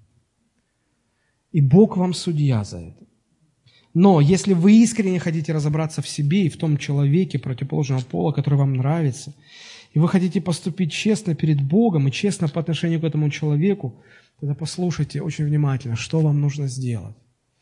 И Бог вам судья за это. Но если вы искренне хотите разобраться в себе и в том человеке противоположного пола, который вам нравится, и вы хотите поступить честно перед Богом и честно по отношению к этому человеку, тогда послушайте очень внимательно, что вам нужно сделать.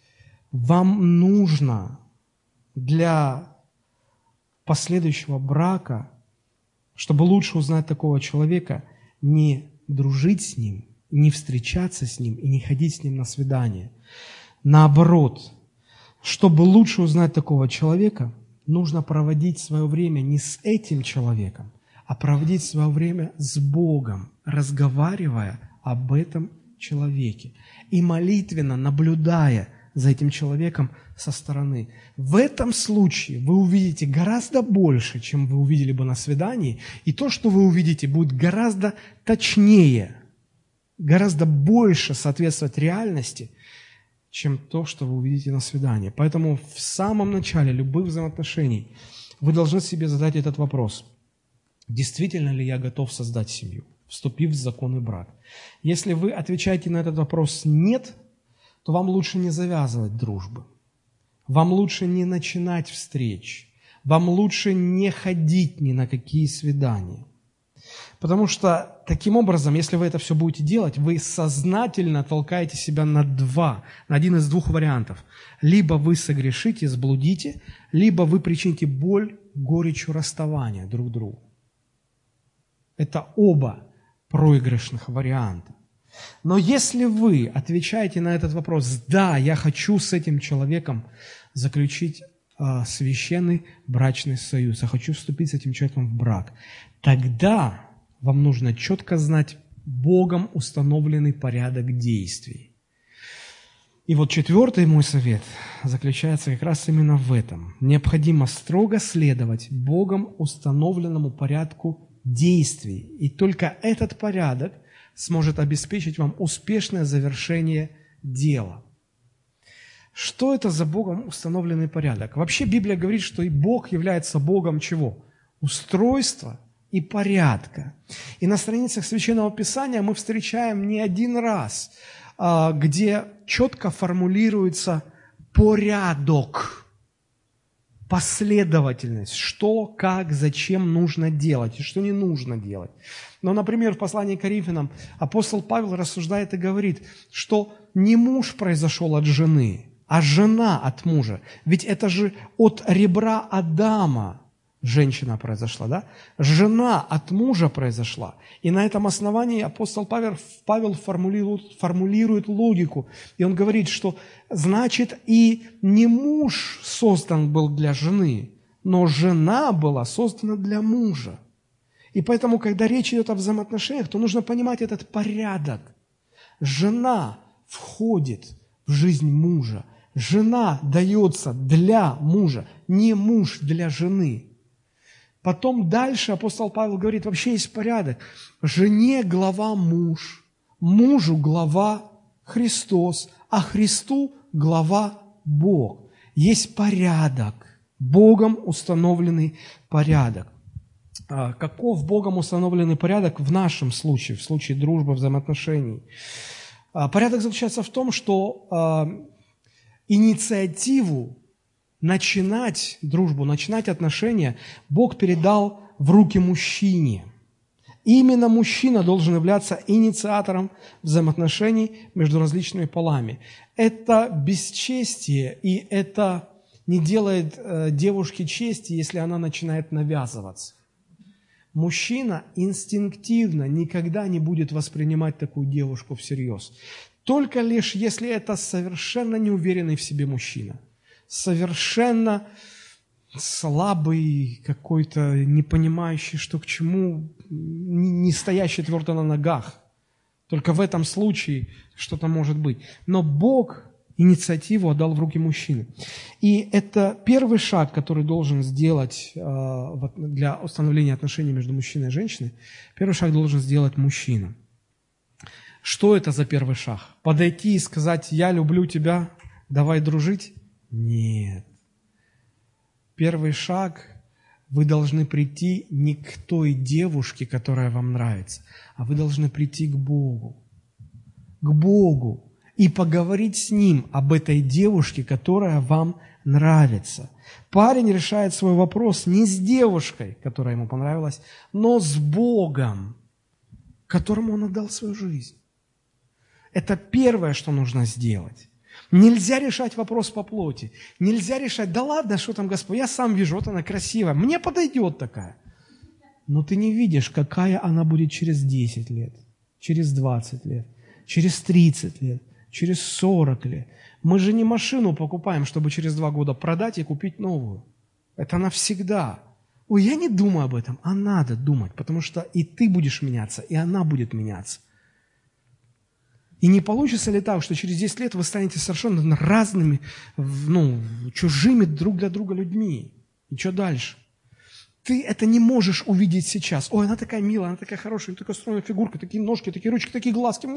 Вам нужно для последующего брака, чтобы лучше узнать такого человека, не дружить с ним, не встречаться с ним и не ходить с ним на свидание. Наоборот, чтобы лучше узнать такого человека, нужно проводить свое время не с этим человеком, а проводить свое время с Богом, разговаривая об этом человеке и молитвенно наблюдая за этим человеком со стороны. В этом случае вы увидите гораздо больше, чем вы увидели бы на свидании, и то, что вы увидите, будет гораздо точнее, гораздо больше соответствовать реальности, чем то, что вы увидите на свидании. Поэтому в самом начале любых взаимоотношений вы должны себе задать этот вопрос. Действительно ли я готов создать семью, вступив в законный брак? Если вы отвечаете на этот вопрос «нет», то вам лучше не завязывать дружбы. Вам лучше не начинать встреч. Вам лучше не ходить ни на какие свидания. Потому что таким образом, если вы это все будете делать, вы сознательно толкаете себя на два, на один из двух вариантов. Либо вы согрешите, сблудите, либо вы причините боль, горечью расставания друг другу. Это оба проигрышных варианта. Но если вы отвечаете на этот вопрос, да, я хочу с этим человеком заключить э, священный брачный союз, я хочу вступить с этим человеком в брак, тогда вам нужно четко знать Богом установленный порядок действий. И вот четвертый мой совет заключается как раз именно в этом. Необходимо строго следовать Богом установленному порядку действий. И только этот порядок сможет обеспечить вам успешное завершение дела. Что это за Богом установленный порядок? Вообще Библия говорит, что и Бог является Богом чего? Устройства и порядка. И на страницах Священного Писания мы встречаем не один раз, где четко формулируется порядок, последовательность, что, как, зачем нужно делать и что не нужно делать. Но, например, в послании к Коринфянам апостол Павел рассуждает и говорит, что не муж произошел от жены, а жена от мужа. Ведь это же от ребра Адама женщина произошла, да? Жена от мужа произошла. И на этом основании апостол Павел, Павел формулирует, формулирует логику. И он говорит, что значит и не муж создан был для жены, но жена была создана для мужа. И поэтому, когда речь идет о взаимоотношениях, то нужно понимать этот порядок. Жена входит в жизнь мужа. Жена дается для мужа, не муж для жены. Потом дальше апостол Павел говорит, вообще есть порядок. Жене глава муж, мужу глава Христос, а Христу глава Бог. Есть порядок, Богом установленный порядок. Каков Богом установленный порядок в нашем случае, в случае дружбы, взаимоотношений? Порядок заключается в том, что инициативу начинать дружбу, начинать отношения Бог передал в руки мужчине. Именно мужчина должен являться инициатором взаимоотношений между различными полами. Это бесчестие, и это не делает э, девушке чести, если она начинает навязываться. Мужчина инстинктивно никогда не будет воспринимать такую девушку всерьез. Только лишь если это совершенно неуверенный в себе мужчина. Совершенно слабый, какой-то не понимающий, что к чему, не стоящий твердо на ногах. Только в этом случае что-то может быть. Но Бог инициативу отдал в руки мужчины. И это первый шаг, который должен сделать для установления отношений между мужчиной и женщиной. Первый шаг должен сделать мужчина. Что это за первый шаг? Подойти и сказать: «Я люблю тебя, давай дружить»? Нет. Первый шаг – вы должны прийти не к той девушке, которая вам нравится, а вы должны прийти к Богу. К Богу. И поговорить с Ним об этой девушке, которая вам нравится. Парень решает свой вопрос не с девушкой, которая ему понравилась, но с Богом, которому он отдал свою жизнь. Это первое, что нужно сделать. Нельзя решать вопрос по плоти. Нельзя решать: да ладно, что там, Господь, я сам вижу, вот она красивая, мне подойдет такая. Но ты не видишь, какая она будет через десять лет, через двадцать лет, через тридцать лет, через сорок лет. Мы же не машину покупаем, чтобы через два года продать и купить новую. Это навсегда. Ой, я не думаю об этом, а надо думать, потому что и ты будешь меняться, и она будет меняться. И не получится ли так, что через десять лет вы станете совершенно разными, ну, чужими друг для друга людьми? И что дальше? Ты это не можешь увидеть сейчас. Ой, она такая милая, она такая хорошая, такая стройная фигурка, такие ножки, такие ручки, такие глазки.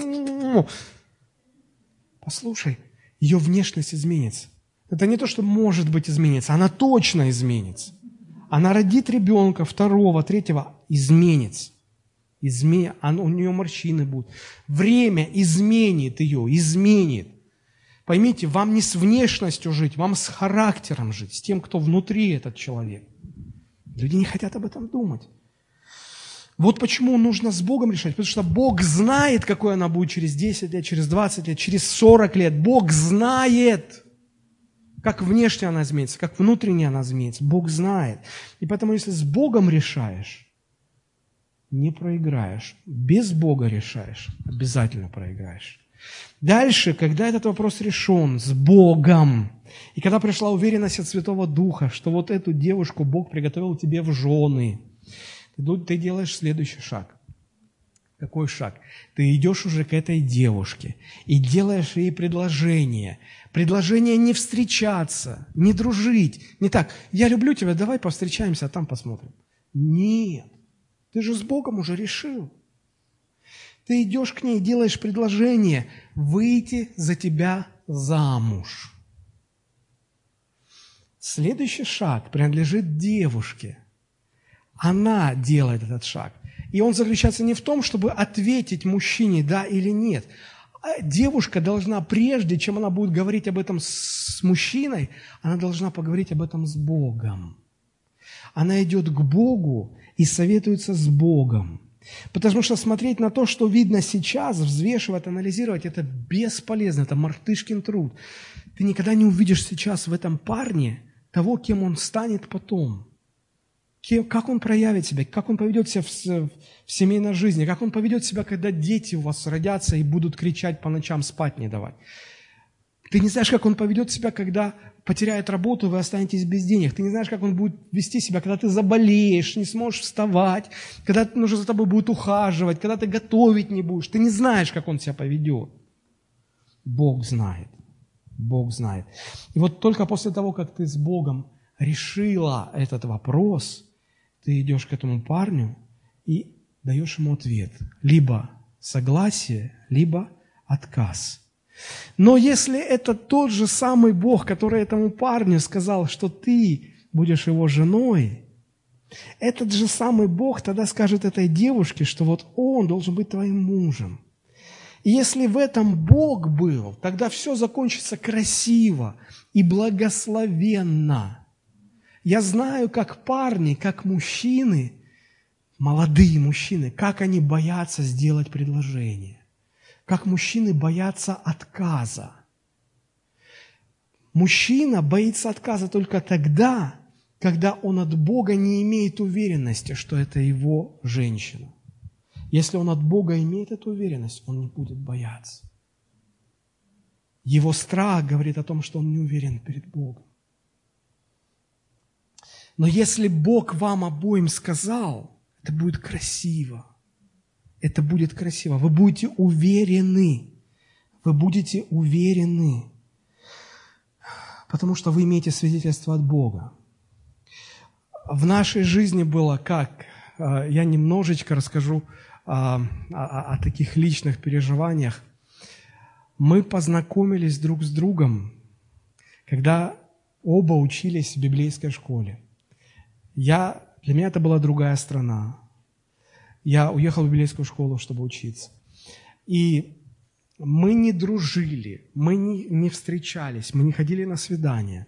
Послушай, ее внешность изменится. Это не то, что может быть изменится, она точно изменится. Она родит ребенка, второго, третьего, изменится. Изме... у нее морщины будут. Время изменит ее, изменит. Поймите, вам не с внешностью жить, вам с характером жить, с тем, кто внутри этот человек. Люди не хотят об этом думать. Вот почему нужно с Богом решать, потому что Бог знает, какой она будет через десять лет, через двадцать лет, через сорок лет. Бог знает, как внешне она изменится, как внутренне она изменится. Бог знает. И поэтому, если с Богом решаешь, не проиграешь. Без Бога решаешь, обязательно проиграешь. Дальше, когда этот вопрос решен с Богом, и когда пришла уверенность от Святого Духа, что вот эту девушку Бог приготовил тебе в жены, ты делаешь следующий шаг. Какой шаг? Ты идешь уже к этой девушке и делаешь ей предложение. Предложение не встречаться, не дружить. Не так: я люблю тебя, давай повстречаемся, а там посмотрим. Нет. Ты же с Богом уже решил. Ты идешь к ней и делаешь предложение выйти за тебя замуж. Следующий шаг принадлежит девушке. Она делает этот шаг. И он заключается не в том, чтобы ответить мужчине да или нет. Девушка должна, прежде чем она будет говорить об этом с мужчиной, она должна поговорить об этом с Богом. Она идет к Богу и советуется с Богом. Потому что смотреть на то, что видно сейчас, взвешивать, анализировать, это бесполезно, это мартышкин труд. Ты никогда не увидишь сейчас в этом парне того, кем он станет потом. Кем, как он проявит себя, как он поведет себя в, в семейной жизни, как он поведет себя, когда дети у вас родятся и будут кричать по ночам, спать не давать. Ты не знаешь, как он поведет себя, когда потеряет работу, вы останетесь без денег. Ты не знаешь, как он будет вести себя, когда ты заболеешь, не сможешь вставать, когда нужно за тобой будет ухаживать, когда ты готовить не будешь. Ты не знаешь, как он себя поведет. Бог знает. Бог знает. И вот только после того, как ты с Богом решила этот вопрос, ты идешь к этому парню и даешь ему ответ. Либо согласие, либо отказ. Но если это тот же самый Бог, который этому парню сказал, что ты будешь его женой, этот же самый Бог тогда скажет этой девушке, что вот он должен быть твоим мужем. И если в этом Бог был, тогда все закончится красиво и благословенно. Я знаю, как парни, как мужчины, молодые мужчины, как они боятся сделать предложение. Как мужчины боятся отказа. Мужчина боится отказа только тогда, когда он от Бога не имеет уверенности, что это его женщина. Если он от Бога имеет эту уверенность, он не будет бояться. Его страх говорит о том, что он не уверен перед Богом. Но если Бог вам обоим сказал, это будет красиво. Это будет красиво. Вы будете уверены. Вы будете уверены. Потому что вы имеете свидетельство от Бога. В нашей жизни было как? Я немножечко расскажу о, о, о таких личных переживаниях. Мы познакомились друг с другом, когда оба учились в библейской школе. Я, для меня это была другая страна. Я уехал в библейскую школу, чтобы учиться. И мы не дружили, мы не, не встречались, мы не ходили на свидания.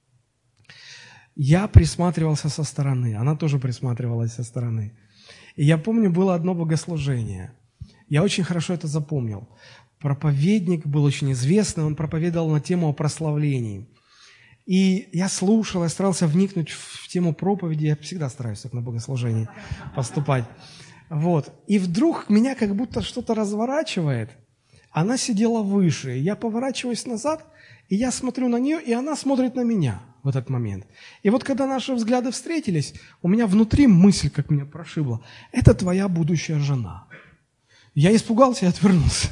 Я присматривался со стороны, она тоже присматривалась со стороны. И я помню, было одно богослужение. Я очень хорошо это запомнил. Проповедник был очень известный, он проповедовал на тему о прославлении. И я слушал, я старался вникнуть в тему проповеди, я всегда стараюсь так на богослужении поступать. Вот. И вдруг меня как будто что-то разворачивает. Она сидела выше, я поворачиваюсь назад, и я смотрю на нее, и она смотрит на меня в этот момент. И вот когда наши взгляды встретились, у меня внутри мысль, как меня прошибла, это твоя будущая жена. Я испугался и отвернулся.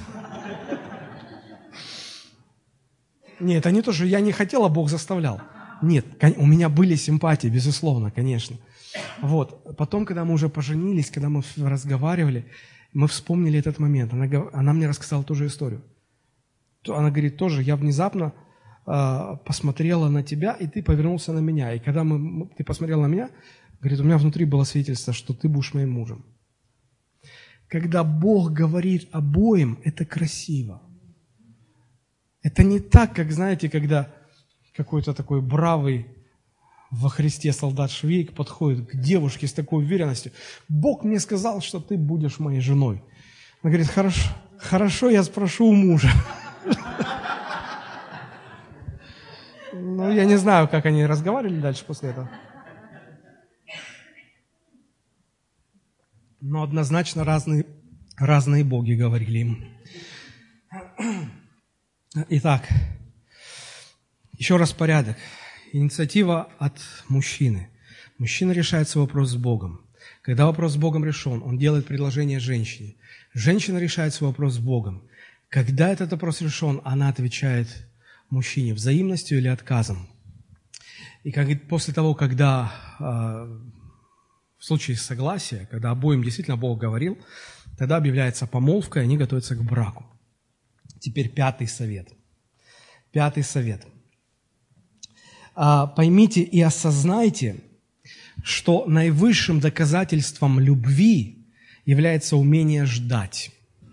Нет, это не то, что я не хотел, а Бог заставлял. Нет, у меня были симпатии, безусловно, конечно. Вот. Потом, когда мы уже поженились, когда мы разговаривали, мы вспомнили этот момент. Она, она мне рассказала ту же историю. Она говорит, тоже, я внезапно э, посмотрела на тебя, и ты повернулся на меня. И когда мы, ты посмотрел на меня, говорит, у меня внутри было свидетельство, что ты будешь моим мужем. Когда Бог говорит обоим, это красиво. Это не так, как, знаете, когда какой-то такой бравый во Христе солдат Швейк подходит к девушке с такой уверенностью. Бог мне сказал, что ты будешь моей женой. Она говорит, хорошо, хорошо, я спрошу у мужа. Ну, я не знаю, как они разговаривали дальше после этого. Но однозначно разные, разные боги говорили им. Итак, еще раз порядок. Инициатива от мужчины. Мужчина решает свой вопрос с Богом. Когда вопрос с Богом решен, он делает предложение женщине. Женщина решает свой вопрос с Богом. Когда этот вопрос решен, она отвечает мужчине взаимностью или отказом. И как, после того, когда э, в случае согласия, когда обоим действительно Бог говорил, тогда объявляется помолвка, и они готовятся к браку. Теперь пятый совет. Пятый совет. А, поймите и осознайте, что наивысшим доказательством любви является умение ждать.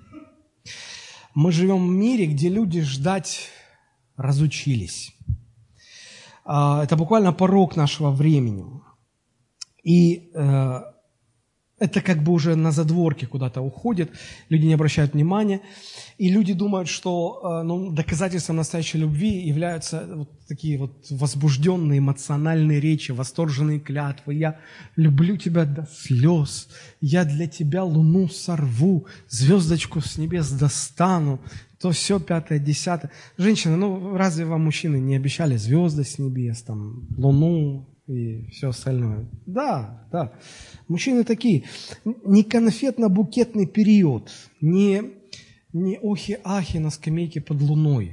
Мы живем в мире, где люди ждать разучились. А, это буквально порог нашего времени. И э, это как бы уже на задворке куда-то уходит, люди не обращают внимания, и люди думают, что ну, доказательством настоящей любви являются вот такие вот возбужденные эмоциональные речи, восторженные клятвы. Я люблю тебя до слез, я для тебя луну сорву, звездочку с небес достану, то все пятое, десятое. Женщины, ну разве вам мужчины не обещали звезды с небес, там, луну и все остальное? Да, да. Мужчины такие. Не конфетно-букетный период, не, не охи-ахи на скамейке под луной.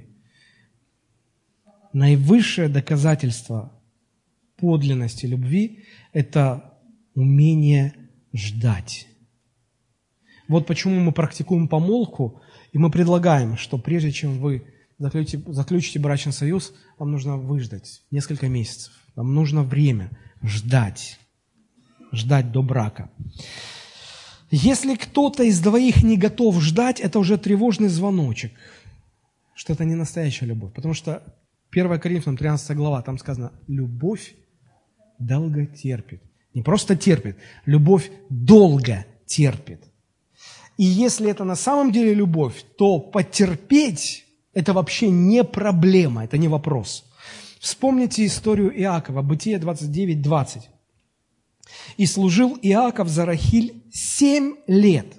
Наивысшее доказательство подлинности любви – это умение ждать. Вот почему мы практикуем помолвку, и мы предлагаем, что прежде чем вы заключите, заключите брачный союз, вам нужно выждать несколько месяцев. Вам нужно время ждать. Ждать до брака. Если кто-то из двоих не готов ждать, это уже тревожный звоночек, что это не настоящая любовь. Потому что первое Коринфянам тринадцатая глава, там сказано, любовь долго терпит. Не просто терпит, любовь долго терпит. И если это на самом деле любовь, то потерпеть – это вообще не проблема, это не вопрос. Вспомните историю Иакова, Бытие двадцать девять двадцать. «И служил Иаков за Рахиль семь лет».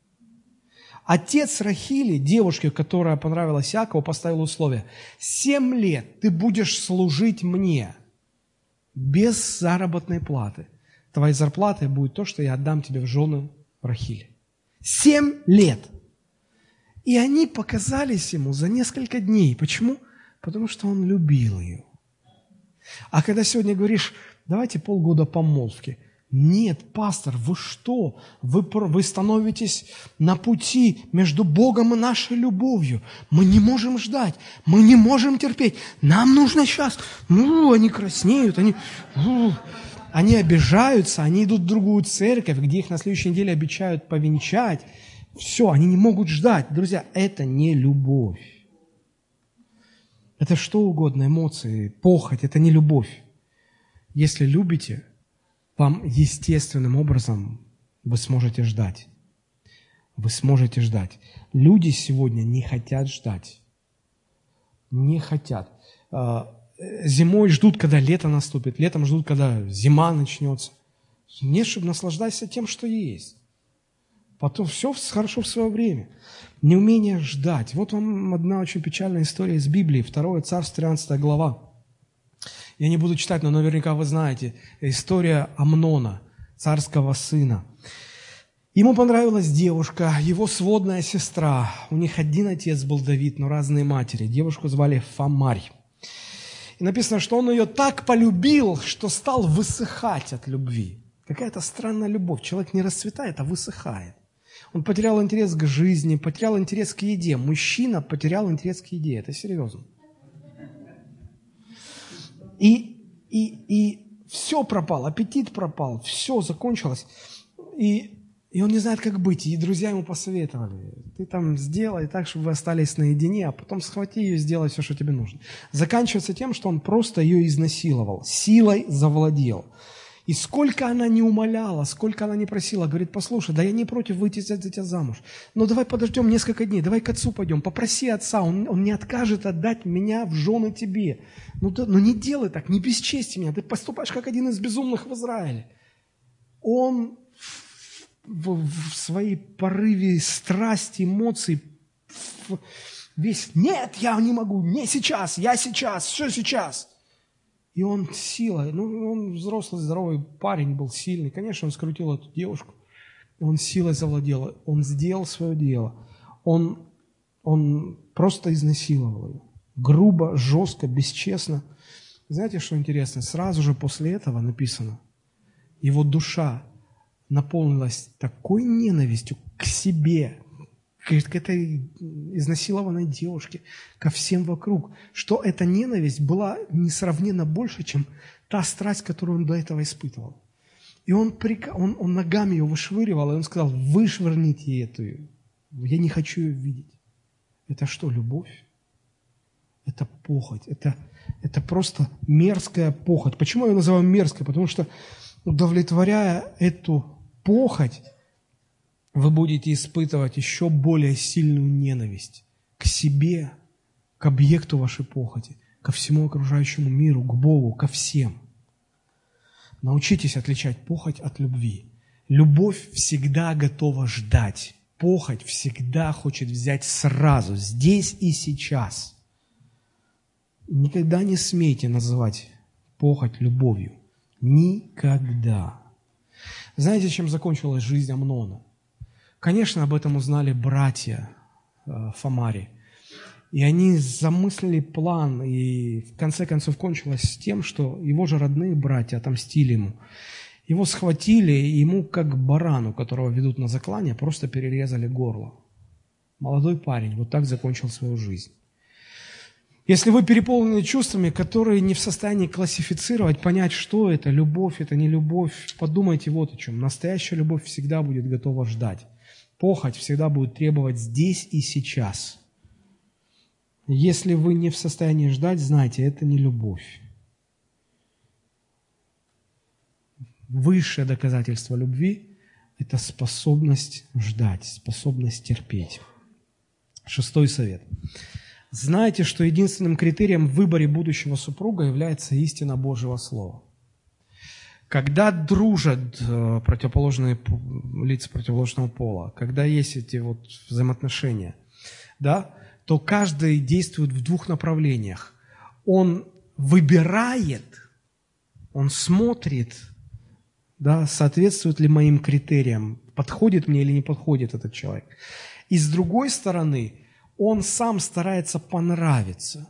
Отец Рахили, девушке, которая понравилась Иакову, поставил условие. «Семь лет ты будешь служить мне без заработной платы. Твоей зарплатой будет то, что я отдам тебе в жены Рахиль. Семь лет. И они показались ему за несколько дней. Почему? Потому что он любил ее. А когда сегодня говоришь, давайте полгода помолвки. Нет, пастор, вы что? Вы, вы становитесь на пути между Богом и нашей любовью. Мы не можем ждать, мы не можем терпеть. Нам нужно сейчас. Ну, они краснеют, они, ну, они обижаются, они идут в другую церковь, где их на следующей неделе обещают повенчать. Все, они не могут ждать. Друзья, это не любовь. Это что угодно, эмоции, похоть, это не любовь. Если любите, вам естественным образом вы сможете ждать. Вы сможете ждать. Люди сегодня не хотят ждать. Не хотят. Зимой ждут, когда лето наступит, летом ждут, когда зима начнется. Нет, чтобы наслаждаться тем, что есть. Потом все хорошо в свое время. Неумение ждать. Вот вам одна очень печальная история из Библии. Второе Царств, тринадцатая глава. Я не буду читать, но наверняка вы знаете. История Амнона, царского сына. Ему понравилась девушка, его сводная сестра. У них один отец был Давид, но разные матери. Девушку звали Фамарь. И написано, что он ее так полюбил, что стал высыхать от любви. Какая-то странная любовь. Человек не расцветает, а высыхает. Он потерял интерес к жизни, потерял интерес к еде. Мужчина потерял интерес к еде. Это серьезно. И, и, и все пропало, аппетит пропал, все закончилось. И, и он не знает, как быть. И друзья ему посоветовали. Ты там сделай так, чтобы вы остались наедине, а потом схвати ее и сделай все, что тебе нужно. Заканчивается тем, что он просто ее изнасиловал, силой завладел. И сколько она не умоляла, сколько она не просила, говорит, послушай, да я не против выйти за тебя замуж, но давай подождем несколько дней, давай к отцу пойдем, попроси отца, он, он не откажет отдать меня в жены тебе. Ну, да, ну не делай так, не бесчести меня, ты поступаешь как один из безумных в Израиле. Он в, в своей порыве страсти, эмоций, весь, нет, я не могу, не сейчас, я сейчас, все сейчас. И он силой, ну, он взрослый, здоровый парень был, сильный. Конечно, он скрутил эту девушку. Он силой завладел. Он сделал свое дело. Он, он просто изнасиловал ее. Грубо, жестко, бесчестно. Знаете, что интересно? Сразу же после этого написано, его душа наполнилась такой ненавистью к себе, к этой изнасилованной девушке, ко всем вокруг, что эта ненависть была несравненно больше, чем та страсть, которую он до этого испытывал. И он, прик... он, он ногами ее вышвыривал, и он сказал, вышвырните эту, я не хочу ее видеть. Это что, любовь? Это похоть, это, это просто мерзкая похоть. Почему я ее называю мерзкой? Потому что, удовлетворяя эту похоть, вы будете испытывать еще более сильную ненависть к себе, к объекту вашей похоти, ко всему окружающему миру, к Богу, ко всем. Научитесь отличать похоть от любви. Любовь всегда готова ждать. Похоть всегда хочет взять сразу, здесь и сейчас. Никогда не смейте называть похоть любовью. Никогда. Знаете, чем закончилась жизнь Амнона? Конечно, об этом узнали братья э, Фамари. И они замыслили план, и в конце концов кончилось тем, что его же родные братья отомстили ему. Его схватили, и ему, как барану, которого ведут на заклание, просто перерезали горло. Молодой парень вот так закончил свою жизнь. Если вы переполнены чувствами, которые не в состоянии классифицировать, понять, что это, любовь, это не любовь, подумайте вот о чем. Настоящая любовь всегда будет готова ждать. Похоть всегда будет требовать здесь и сейчас. Если вы не в состоянии ждать, знайте, это не любовь. Высшее доказательство любви – это способность ждать, способность терпеть. Шестой совет. Знайте, что единственным критерием в выборе будущего супруга является истина Божьего Слова. Когда дружат противоположные лица противоположного пола, когда есть эти вот взаимоотношения, да, то каждый действует в двух направлениях. Он выбирает Он смотрит, да, соответствует ли моим критериям, подходит мне или не подходит этот человек. И с другой стороны, он сам старается понравиться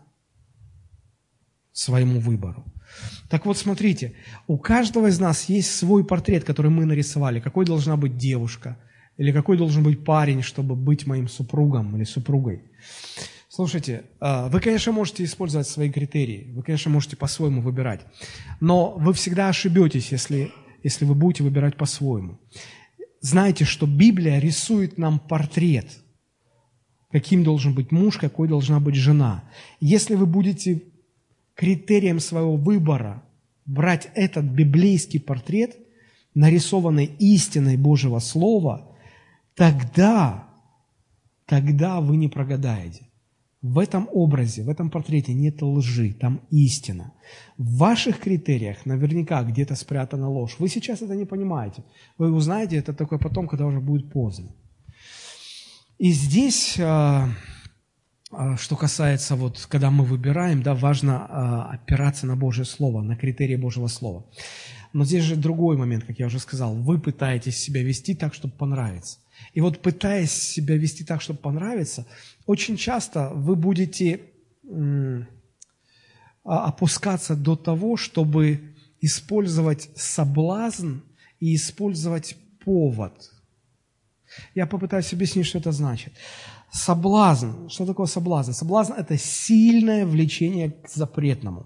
своему выбору. Так вот, смотрите, у каждого из нас есть свой портрет, который мы нарисовали. Какой должна быть девушка, или какой должен быть парень, чтобы быть моим супругом или супругой. Слушайте, вы, конечно, можете использовать свои критерии, вы, конечно, можете по-своему выбирать, но вы всегда ошибетесь, если, если вы будете выбирать по-своему. Знаете, что Библия рисует нам портрет, каким должен быть муж, какой должна быть жена. Если вы будете критерием своего выбора брать этот библейский портрет, нарисованный истиной Божьего Слова, тогда, тогда вы не прогадаете. В этом образе, в этом портрете нет лжи, там истина. В ваших критериях наверняка где-то спрятана ложь. Вы сейчас это не понимаете. Вы узнаете это только потом, когда уже будет поздно. И здесь, что касается, вот, когда мы выбираем, да, важно опираться на Божье Слово, на критерии Божьего Слова. Но здесь же другой момент, как я уже сказал. Вы пытаетесь себя вести так, чтобы понравиться. И вот пытаясь себя вести так, чтобы понравиться, очень часто вы будете м, опускаться до того, чтобы использовать соблазн и использовать повод. Я попытаюсь объяснить, что это значит. Соблазн. Что такое соблазн? Соблазн – это сильное влечение к запретному.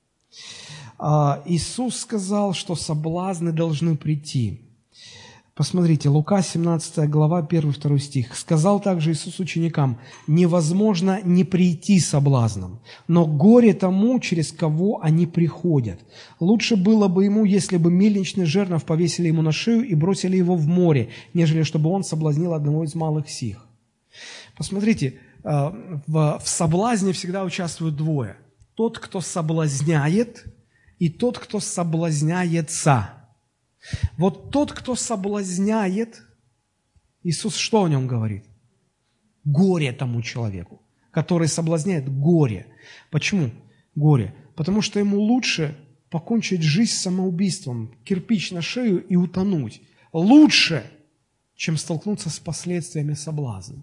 Иисус сказал, что соблазны должны прийти. Посмотрите, Лука, семнадцатая глава, первый-второй стих. «Сказал также Иисус ученикам: невозможно не прийти соблазном, но горе тому, через кого они приходят. Лучше было бы ему, если бы мельничный жернов повесили ему на шею и бросили его в море, нежели чтобы он соблазнил одного из малых сих». Посмотрите, в соблазне всегда участвуют двое. Тот, кто соблазняет, и тот, кто соблазняется. Вот тот, кто соблазняет, Иисус что о нем говорит? Горе тому человеку, который соблазняет, горе. Почему горе? Потому что ему лучше покончить жизнь самоубийством, кирпич на шею и утонуть. Лучше, чем столкнуться с последствиями соблазна.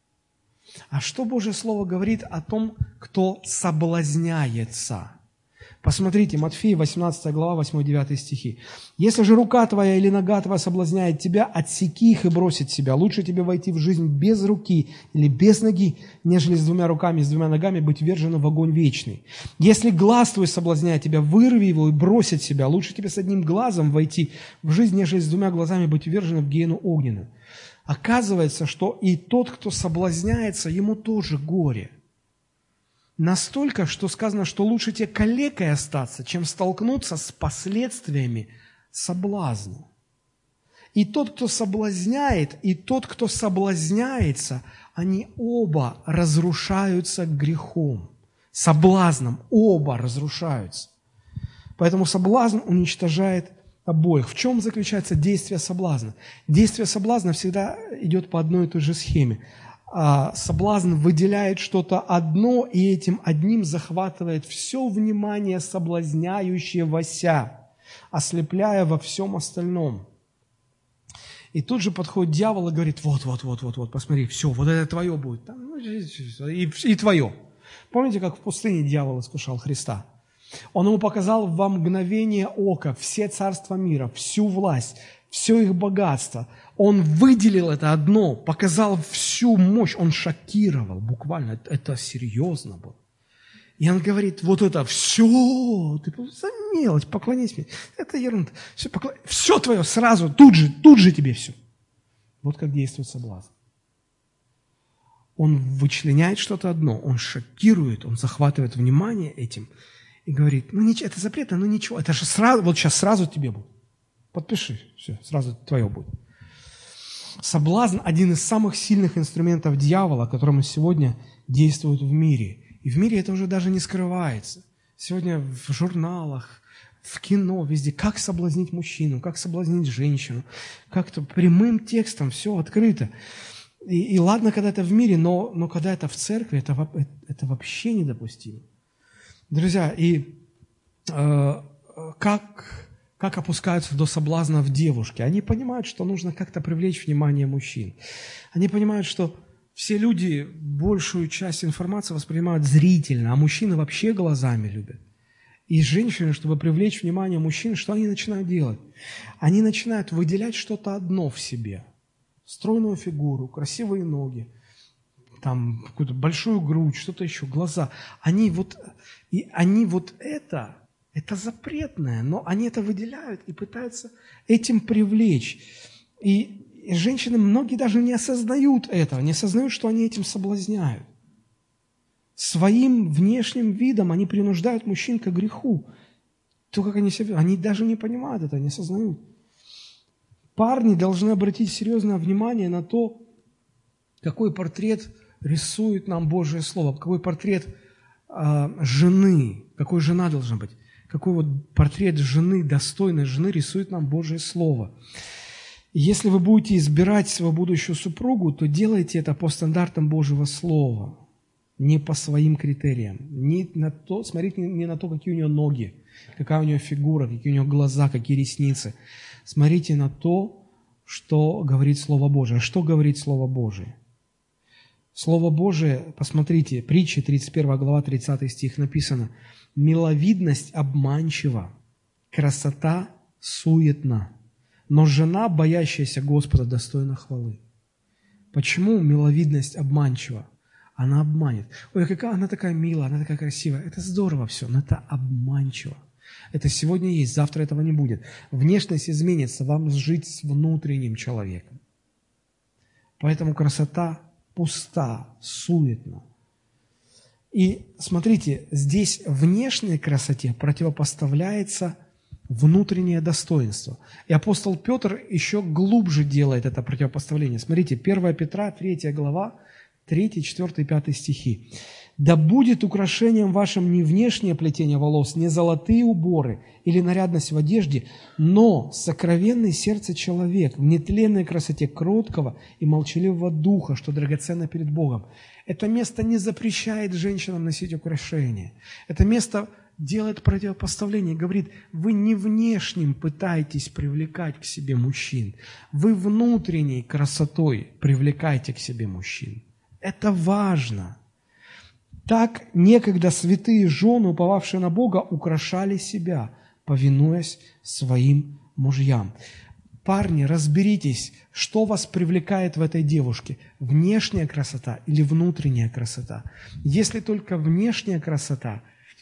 А что Божье Слово говорит о том, кто соблазняется? Посмотрите, Матфея, восемнадцатая глава, восьмой-девятый стихи. «Если же рука твоя или нога твоя соблазняет тебя, отсеки их и брось от себя. Лучше тебе войти в жизнь без руки или без ноги, нежели с двумя руками и с двумя ногами быть вверженным в огонь вечный. Если глаз твой соблазняет тебя, вырви его и брось от себя. Лучше тебе с одним глазом войти в жизнь, нежели с двумя глазами быть вверженным в гиену огненную». Оказывается, что и тот, кто соблазняется, ему тоже горе. Настолько, что сказано, что лучше тебе калекой остаться, чем столкнуться с последствиями соблазна. И тот, кто соблазняет, и тот, кто соблазняется, они оба разрушаются грехом, соблазном, оба разрушаются. Поэтому соблазн уничтожает обоих. В чем заключается действие соблазна? Действие соблазна всегда идет по одной и той же схеме. Соблазн выделяет что-то одно, и этим одним захватывает все внимание соблазняющегося, ослепляя во всем остальном. И тут же подходит дьявол и говорит: вот, вот, вот, вот, вот, посмотри, все, вот это твое будет, и, и твое. Помните, как в пустыне дьявол искушал Христа? Он ему показал во мгновение ока все царства мира, всю власть, все их богатство. Он выделил это одно, показал всю мощь, он шокировал, буквально, это, это серьезно было. И он говорит: вот это все, ты за мелочь, поклонись мне, это ерунда, все, поклон... все твое сразу, тут же, тут же тебе все. Вот как действует соблазн. Он вычленяет что-то одно, он шокирует, он захватывает внимание этим и говорит: ну ничего, это запретно, ну ничего, это же сразу, вот сейчас сразу тебе будет. Подпиши, все, сразу твое будет. Соблазн – один из самых сильных инструментов дьявола, которым сегодня действует в мире. И в мире это уже даже не скрывается. Сегодня в журналах, в кино, везде. Как соблазнить мужчину, как соблазнить женщину. Как-то прямым текстом все открыто. И, и ладно, когда это в мире, но, но когда это в церкви, это, это вообще недопустимо. Друзья, и э, как, как опускаются до соблазнов девушки. Они понимают, что нужно как-то привлечь внимание мужчин. Они понимают, что все люди большую часть информации воспринимают зрительно, а мужчины вообще глазами любят. И женщины, чтобы привлечь внимание мужчин, что они начинают делать? Они начинают выделять что-то одно в себе. Стройную фигуру, красивые ноги, там какую-то большую грудь, что-то еще, глаза. Они вот, и они вот это, это запретное, но они это выделяют и пытаются этим привлечь. И И женщины, многие даже не осознают этого, не осознают, что они этим соблазняют. Своим внешним видом они принуждают мужчин к греху. То, как они себя ведут, они даже не понимают это, не осознают. Парни должны обратить серьезное внимание на то, какой портрет рисует нам Божье Слово, какой портрет э, жены, какой жена должна быть, какой вот портрет жены, достойной жены рисует нам Божье Слово. Если вы будете избирать свою будущую супругу, то делайте это по стандартам Божьего Слова, не по своим критериям. Не на то, смотрите не на то, какие у нее ноги, какая у нее фигура, какие у нее глаза, какие ресницы. Смотрите на то, что говорит Слово Божие. Что говорит Слово Божие? Слово Божие, посмотрите, притча, тридцать первая глава, тридцатый стих написано: «Миловидность обманчива, красота суетна, но жена, боящаяся Господа, достойна хвалы». Почему миловидность обманчива? Она обманет. Ой, какая она такая милая, она такая красивая. Это здорово все, но это обманчиво. Это сегодня есть, завтра этого не будет. Внешность изменится, вам жить с внутренним человеком. Поэтому красота пуста, суетна. И смотрите, здесь внешней красоте противопоставляется внутреннее достоинство. И апостол Петр еще глубже делает это противопоставление. Смотрите, первое Петра, третья глава, третий, четвёртый, пятый стихи. «Да будет украшением вашим не внешнее плетение волос, не золотые уборы или нарядность в одежде, но сокровенный сердце человек в нетленной красоте кроткого и молчаливого духа, что драгоценно перед Богом». Это место не запрещает женщинам носить украшения. Это место делает противопоставление, говорит: вы не внешним пытаетесь привлекать к себе мужчин, вы внутренней красотой привлекаете к себе мужчин. Это важно. Так некогда святые жены, уповавшие на Бога, украшали себя, повинуясь своим мужьям. Парни, разберитесь, что вас привлекает в этой девушке, внешняя красота или внутренняя красота. Если только внешняя красота,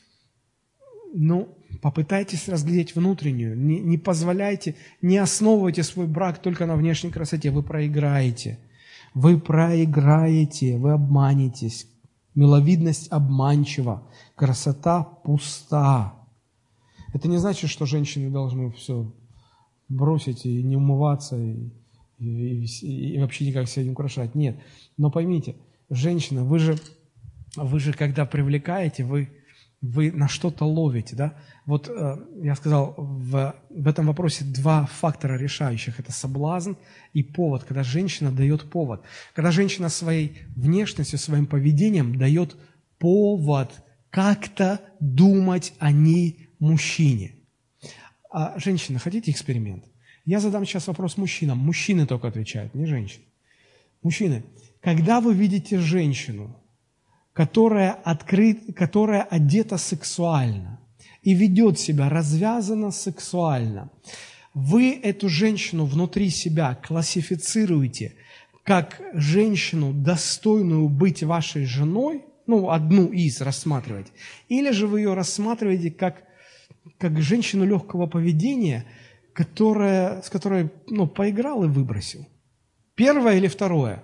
ну, попытайтесь разглядеть внутреннюю, не, не позволяйте, не основывайте свой брак только на внешней красоте, вы проиграете. Вы проиграете, вы обманетесь. Миловидность обманчива, красота пуста. Это не значит, что женщины должны все бросить и не умываться, и, и, и, и вообще никак себя не украшать. Нет. Но поймите, женщина, вы же, вы же когда привлекаете, вы, вы на что-то ловите, да? Вот э, я сказал, в, в этом вопросе два фактора решающих. Это соблазн и повод, когда женщина дает повод. Когда женщина своей внешностью, своим поведением дает повод как-то думать о ней мужчине. А женщины, хотите эксперимент? Я задам сейчас вопрос мужчинам. Мужчины только отвечают, не женщины. Мужчины, когда вы видите женщину, которая, открыт, которая одета сексуально и ведет себя развязанно сексуально, вы эту женщину внутри себя классифицируете как женщину, достойную быть вашей женой, ну, одну из рассматриваете, или же вы ее рассматриваете как, как женщину легкого поведения, которая, с которой ну, поиграл и выбросил. Первое или второе?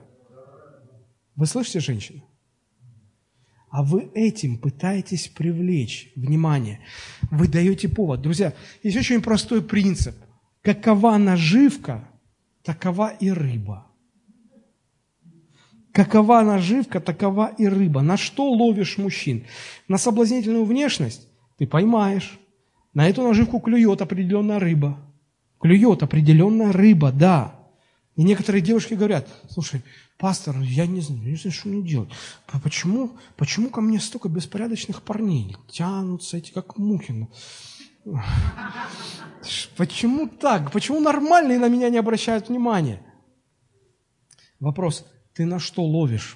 Вы слышите, женщина? А вы этим пытаетесь привлечь внимание. Вы даете повод. Друзья, есть очень простой принцип. Какова наживка, такова и рыба. Какова наживка, такова и рыба. На что ловишь мужчин? На соблазнительную внешность ты поймаешь. На эту наживку клюет определенная рыба. Клюет определенная рыба, да. И некоторые девушки говорят: слушай, пастор, я не знаю, не знаю, что мне делать. Почему, почему ко мне столько беспорядочных парней? Тянутся эти, как мухи. Почему так? Почему нормальные на меня не обращают внимания? Вопрос, ты на что ловишь?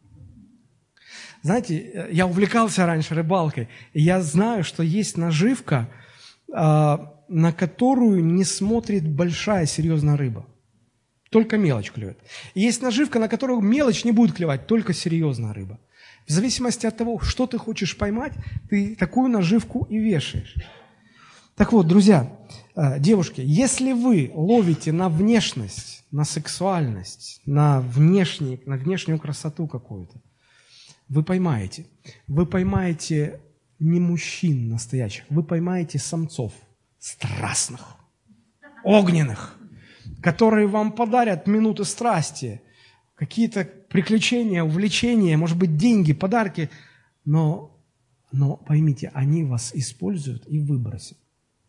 Знаете, я увлекался раньше рыбалкой, и я знаю, что есть наживка, на которую не смотрит большая серьезная рыба. Только мелочь клюет. И есть наживка, на которую мелочь не будет клевать, только серьезная рыба. В зависимости от того, что ты хочешь поймать, ты такую наживку и вешаешь. Так вот, друзья, девушки, если вы ловите на внешность, на сексуальность, на, внешний, на внешнюю красоту какую-то, вы поймаете. Вы поймаете не мужчин настоящих, вы поймаете самцов страстных, огненных, которые вам подарят минуты страсти, какие-то приключения, увлечения, может быть, деньги, подарки, но, но поймите, они вас используют и выбросят.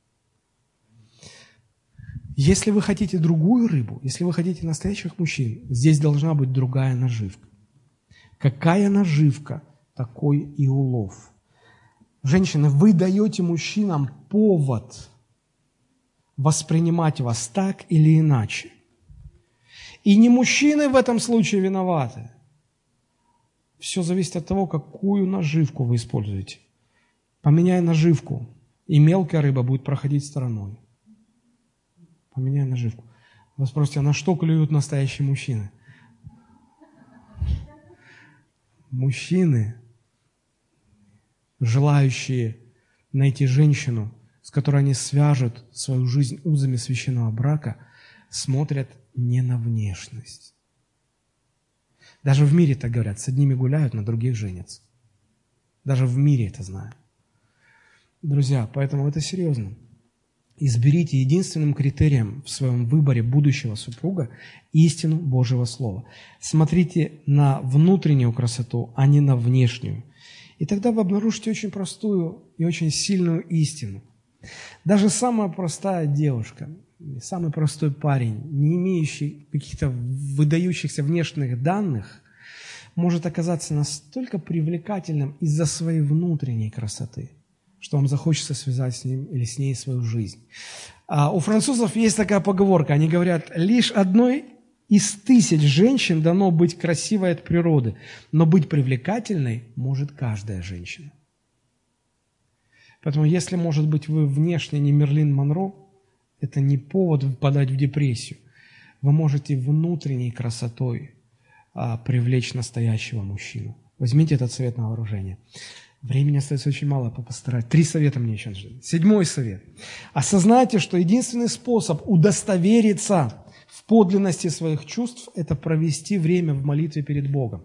Если вы хотите другую рыбу, если вы хотите настоящих мужчин, здесь должна быть другая наживка. Какая наживка, такой и улов. Женщины, вы даете мужчинам повод воспринимать вас так или иначе. И не мужчины в этом случае виноваты. Все зависит от того, какую наживку вы используете. Поменяй наживку, и мелкая рыба будет проходить стороной. Поменяй наживку. Вы спросите, а на что клюют настоящие мужчины? Мужчины, желающие найти женщину, с которой они свяжут свою жизнь узами священного брака, смотрят не на внешность. Даже в мире так говорят, с одними гуляют, на других женятся. Даже в мире это знают. Друзья, поэтому это серьезно. Изберите единственным критерием в своем выборе будущего супруга истину Божьего Слова. Смотрите на внутреннюю красоту, а не на внешнюю. И тогда вы обнаружите очень простую и очень сильную истину. Даже самая простая девушка, самый простой парень, не имеющий каких-то выдающихся внешних данных, может оказаться настолько привлекательным из-за своей внутренней красоты, что вам захочется связать с ним или с ней свою жизнь. А у французов есть такая поговорка, они говорят, лишь одной из тысяч женщин дано быть красивой от природы, но быть привлекательной может каждая женщина. Поэтому, если, может быть, вы внешне не Мерлин Монро, это не повод впадать в депрессию. Вы можете внутренней красотой а, привлечь настоящего мужчину. Возьмите этот совет на вооружение. Времени остается очень мало, постараюсь. Три совета мне еще нужны. Седьмой совет. Осознайте, что единственный способ удостовериться в подлинности своих чувств – это провести время в молитве перед Богом.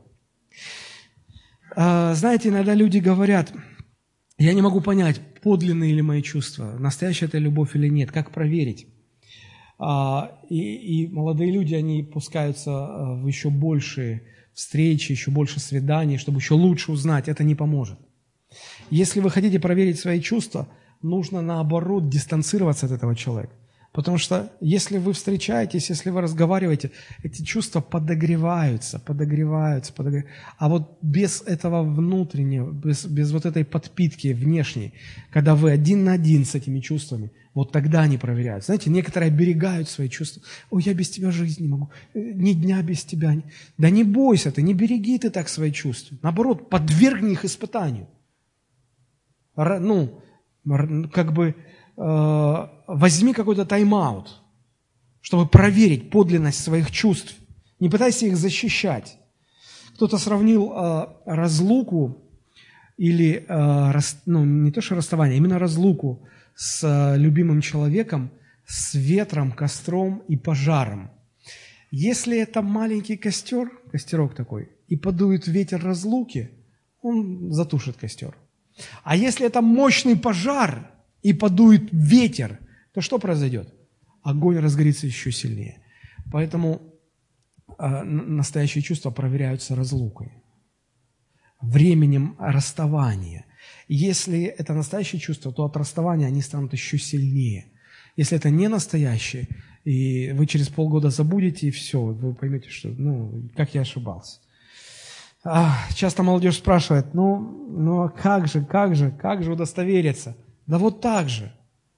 А, знаете, иногда люди говорят, я не могу понять, подлинные ли мои чувства, настоящая это любовь или нет, как проверить? А, и, и молодые люди, они пускаются в еще большие встречи, еще больше свиданий, чтобы еще лучше узнать, это не поможет. Если вы хотите проверить свои чувства, нужно, наоборот, дистанцироваться от этого человека. Потому что если вы встречаетесь, если вы разговариваете, эти чувства подогреваются, подогреваются, подогреваются. А вот без этого внутреннего, без, без вот этой подпитки внешней, когда вы один на один с этими чувствами, вот тогда они проверяют. Знаете, некоторые оберегают свои чувства. «Ой, я без тебя жить не могу, ни дня без тебя». Да не бойся ты, не береги ты так свои чувства. Наоборот, подвергни их испытанию. Ну, как бы... возьми какой-то тайм-аут, чтобы проверить подлинность своих чувств. Не пытайся их защищать. Кто-то сравнил э, разлуку или, э, рас, ну, не то что расставание, а именно разлуку с э, любимым человеком с ветром, костром и пожаром. Если это маленький костер, костерок такой, и подует ветер разлуки, он затушит костер. А если это мощный пожар, и подует ветер, то что произойдет? Огонь разгорится еще сильнее. Поэтому э, настоящие чувства проверяются разлукой, временем расставания. Если это настоящие чувства, то от расставания они станут еще сильнее. Если это не настоящие, и вы через полгода забудете, и все, вы поймете, что, ну, как я ошибался. А, часто молодежь спрашивает, ну, ну, а как же, как же, как же удостовериться? Да вот так же.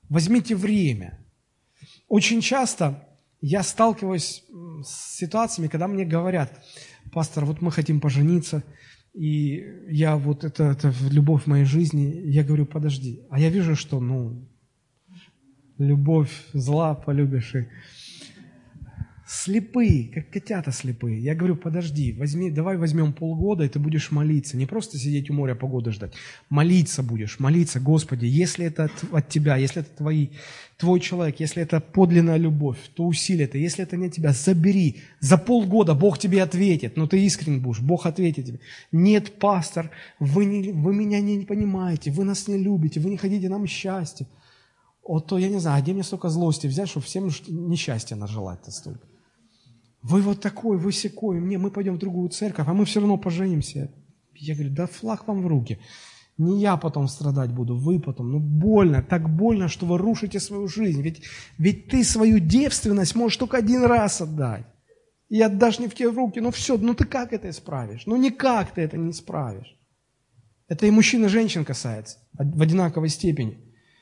Возьмите время. Очень часто я сталкиваюсь с ситуациями, когда мне говорят: пастор, вот мы хотим пожениться, и я вот это, это любовь в моей жизни. Я говорю: подожди. А я вижу, что, ну, любовь зла, полюбишь и... Слепые, как котята слепые. Я говорю: подожди, возьми, давай возьмем полгода, и ты будешь молиться. Не просто сидеть у моря погоды ждать. Молиться будешь, молиться: Господи, если это от, от Тебя, если это твои, твой человек, если это подлинная любовь, то усилие это. Если это не от Тебя, забери. За полгода Бог тебе ответит. Но ты искренне будешь, Бог ответит тебе. Нет, пастор, вы, не, вы меня не понимаете, вы нас не любите, вы не хотите нам счастья. Вот то я не знаю, где мне столько злости взять, чтобы всем несчастья нажелать-то столько. Вы вот такой, вы сякой, мне, мы пойдем в другую церковь, а мы все равно поженимся. Я говорю: да флаг вам в руки. Не я потом страдать буду, вы потом. Ну больно, так больно, что вы рушите свою жизнь. Ведь, ведь ты свою девственность можешь только один раз отдать. И отдашь не в те руки. Ну все, ну ты как это исправишь? Ну никак ты это не исправишь. Это и мужчин, и женщин касается в одинаковой степени.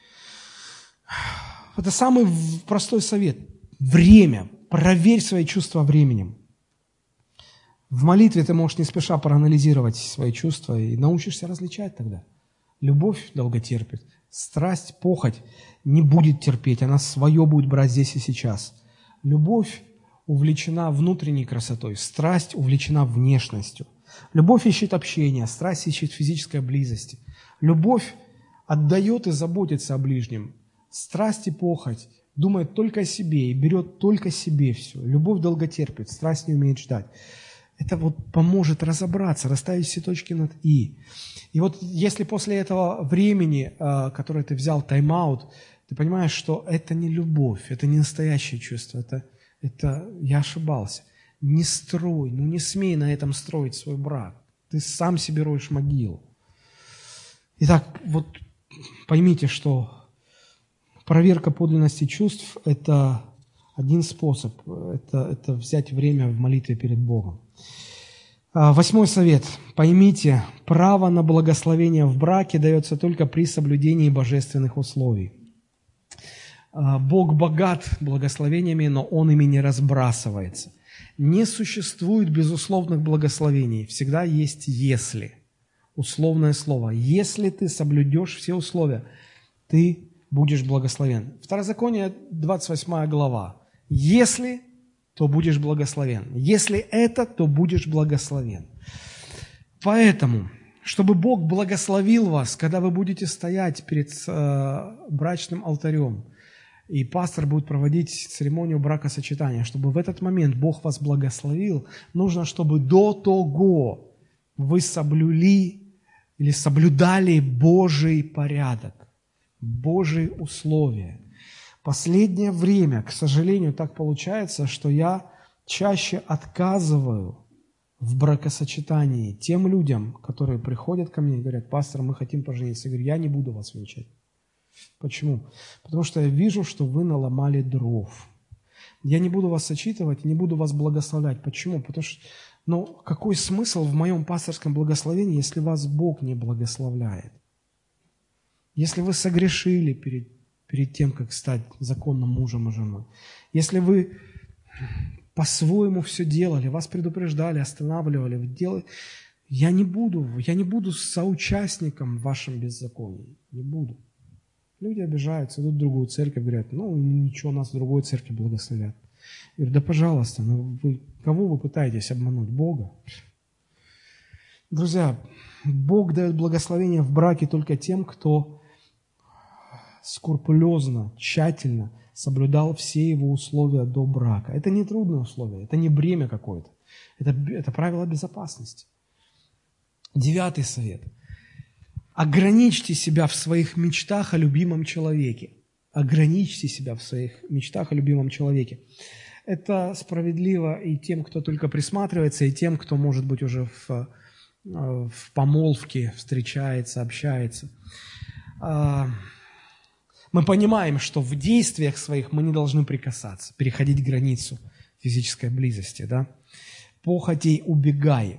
Это самый простой совет. Время. Проверь свои чувства временем. В молитве ты можешь не спеша проанализировать свои чувства и научишься различать тогда. Любовь долго терпит, страсть, похоть не будет терпеть, она свое будет брать здесь и сейчас. Любовь увлечена внутренней красотой, страсть увлечена внешностью. Любовь ищет общения, страсть ищет физической близости. Любовь отдает и заботится о ближнем. Страсть и похоть думает только о себе и берет только себе все. Любовь долго терпит, страсть не умеет ждать. Это вот поможет разобраться, расставить все точки над «и». И вот если после этого времени, которое ты взял, тайм-аут, ты понимаешь, что это не любовь, это не настоящее чувство, это, это я ошибался. Не строй, ну не смей на этом строить свой брак. Ты сам себе роешь могилу. Итак, вот поймите, что проверка подлинности чувств – это один способ, это, это взять время в молитве перед Богом. Восьмой совет. Поймите, право на благословение в браке дается только при соблюдении божественных условий. Бог богат благословениями, но Он ими не разбрасывается. Не существует безусловных благословений, всегда есть «если». Условное слово. Если ты соблюдешь все условия, ты будешь благословен. Второзаконие, двадцать восьмая глава. Если, то будешь благословен. Если это, то будешь благословен. Поэтому, чтобы Бог благословил вас, когда вы будете стоять перед э, брачным алтарем, и пастор будет проводить церемонию бракосочетания, чтобы в этот момент Бог вас благословил, нужно, чтобы до того вы соблюли или соблюдали Божий порядок. Божьи условия. Последнее время, к сожалению, так получается, что я чаще отказываю в бракосочетании тем людям, которые приходят ко мне и говорят: пастор, мы хотим пожениться. Я говорю: я не буду вас венчать. Почему? Потому что я вижу, что вы наломали дров. Я не буду вас сочитывать, не буду вас благословлять. Почему? Потому что, ну, какой смысл в моем пасторском благословении, если вас Бог не благословляет? Если вы согрешили перед, перед тем, как стать законным мужем и женой, если вы по-своему все делали, вас предупреждали, останавливали, вы делали, я не буду, я не буду соучастником в вашем беззаконии, не буду. Люди обижаются, идут в другую церковь, говорят: ну ничего, нас в другой церкви благословят. Я говорю: да пожалуйста, ну вы, кого вы пытаетесь обмануть? Бога? Друзья, Бог дает благословение в браке только тем, кто скрупулезно, тщательно соблюдал все его условия до брака. Это не трудные условия, это не бремя какое-то. Это, это правило безопасности. Девятый совет. Ограничьте себя в своих мечтах о любимом человеке. Ограничьте себя в своих мечтах о любимом человеке. Это справедливо и тем, кто только присматривается, и тем, кто, может быть, уже в, в помолвке встречается, общается. Мы понимаем, что в действиях своих мы не должны прикасаться, переходить границу физической близости, да? Похотей убегаем.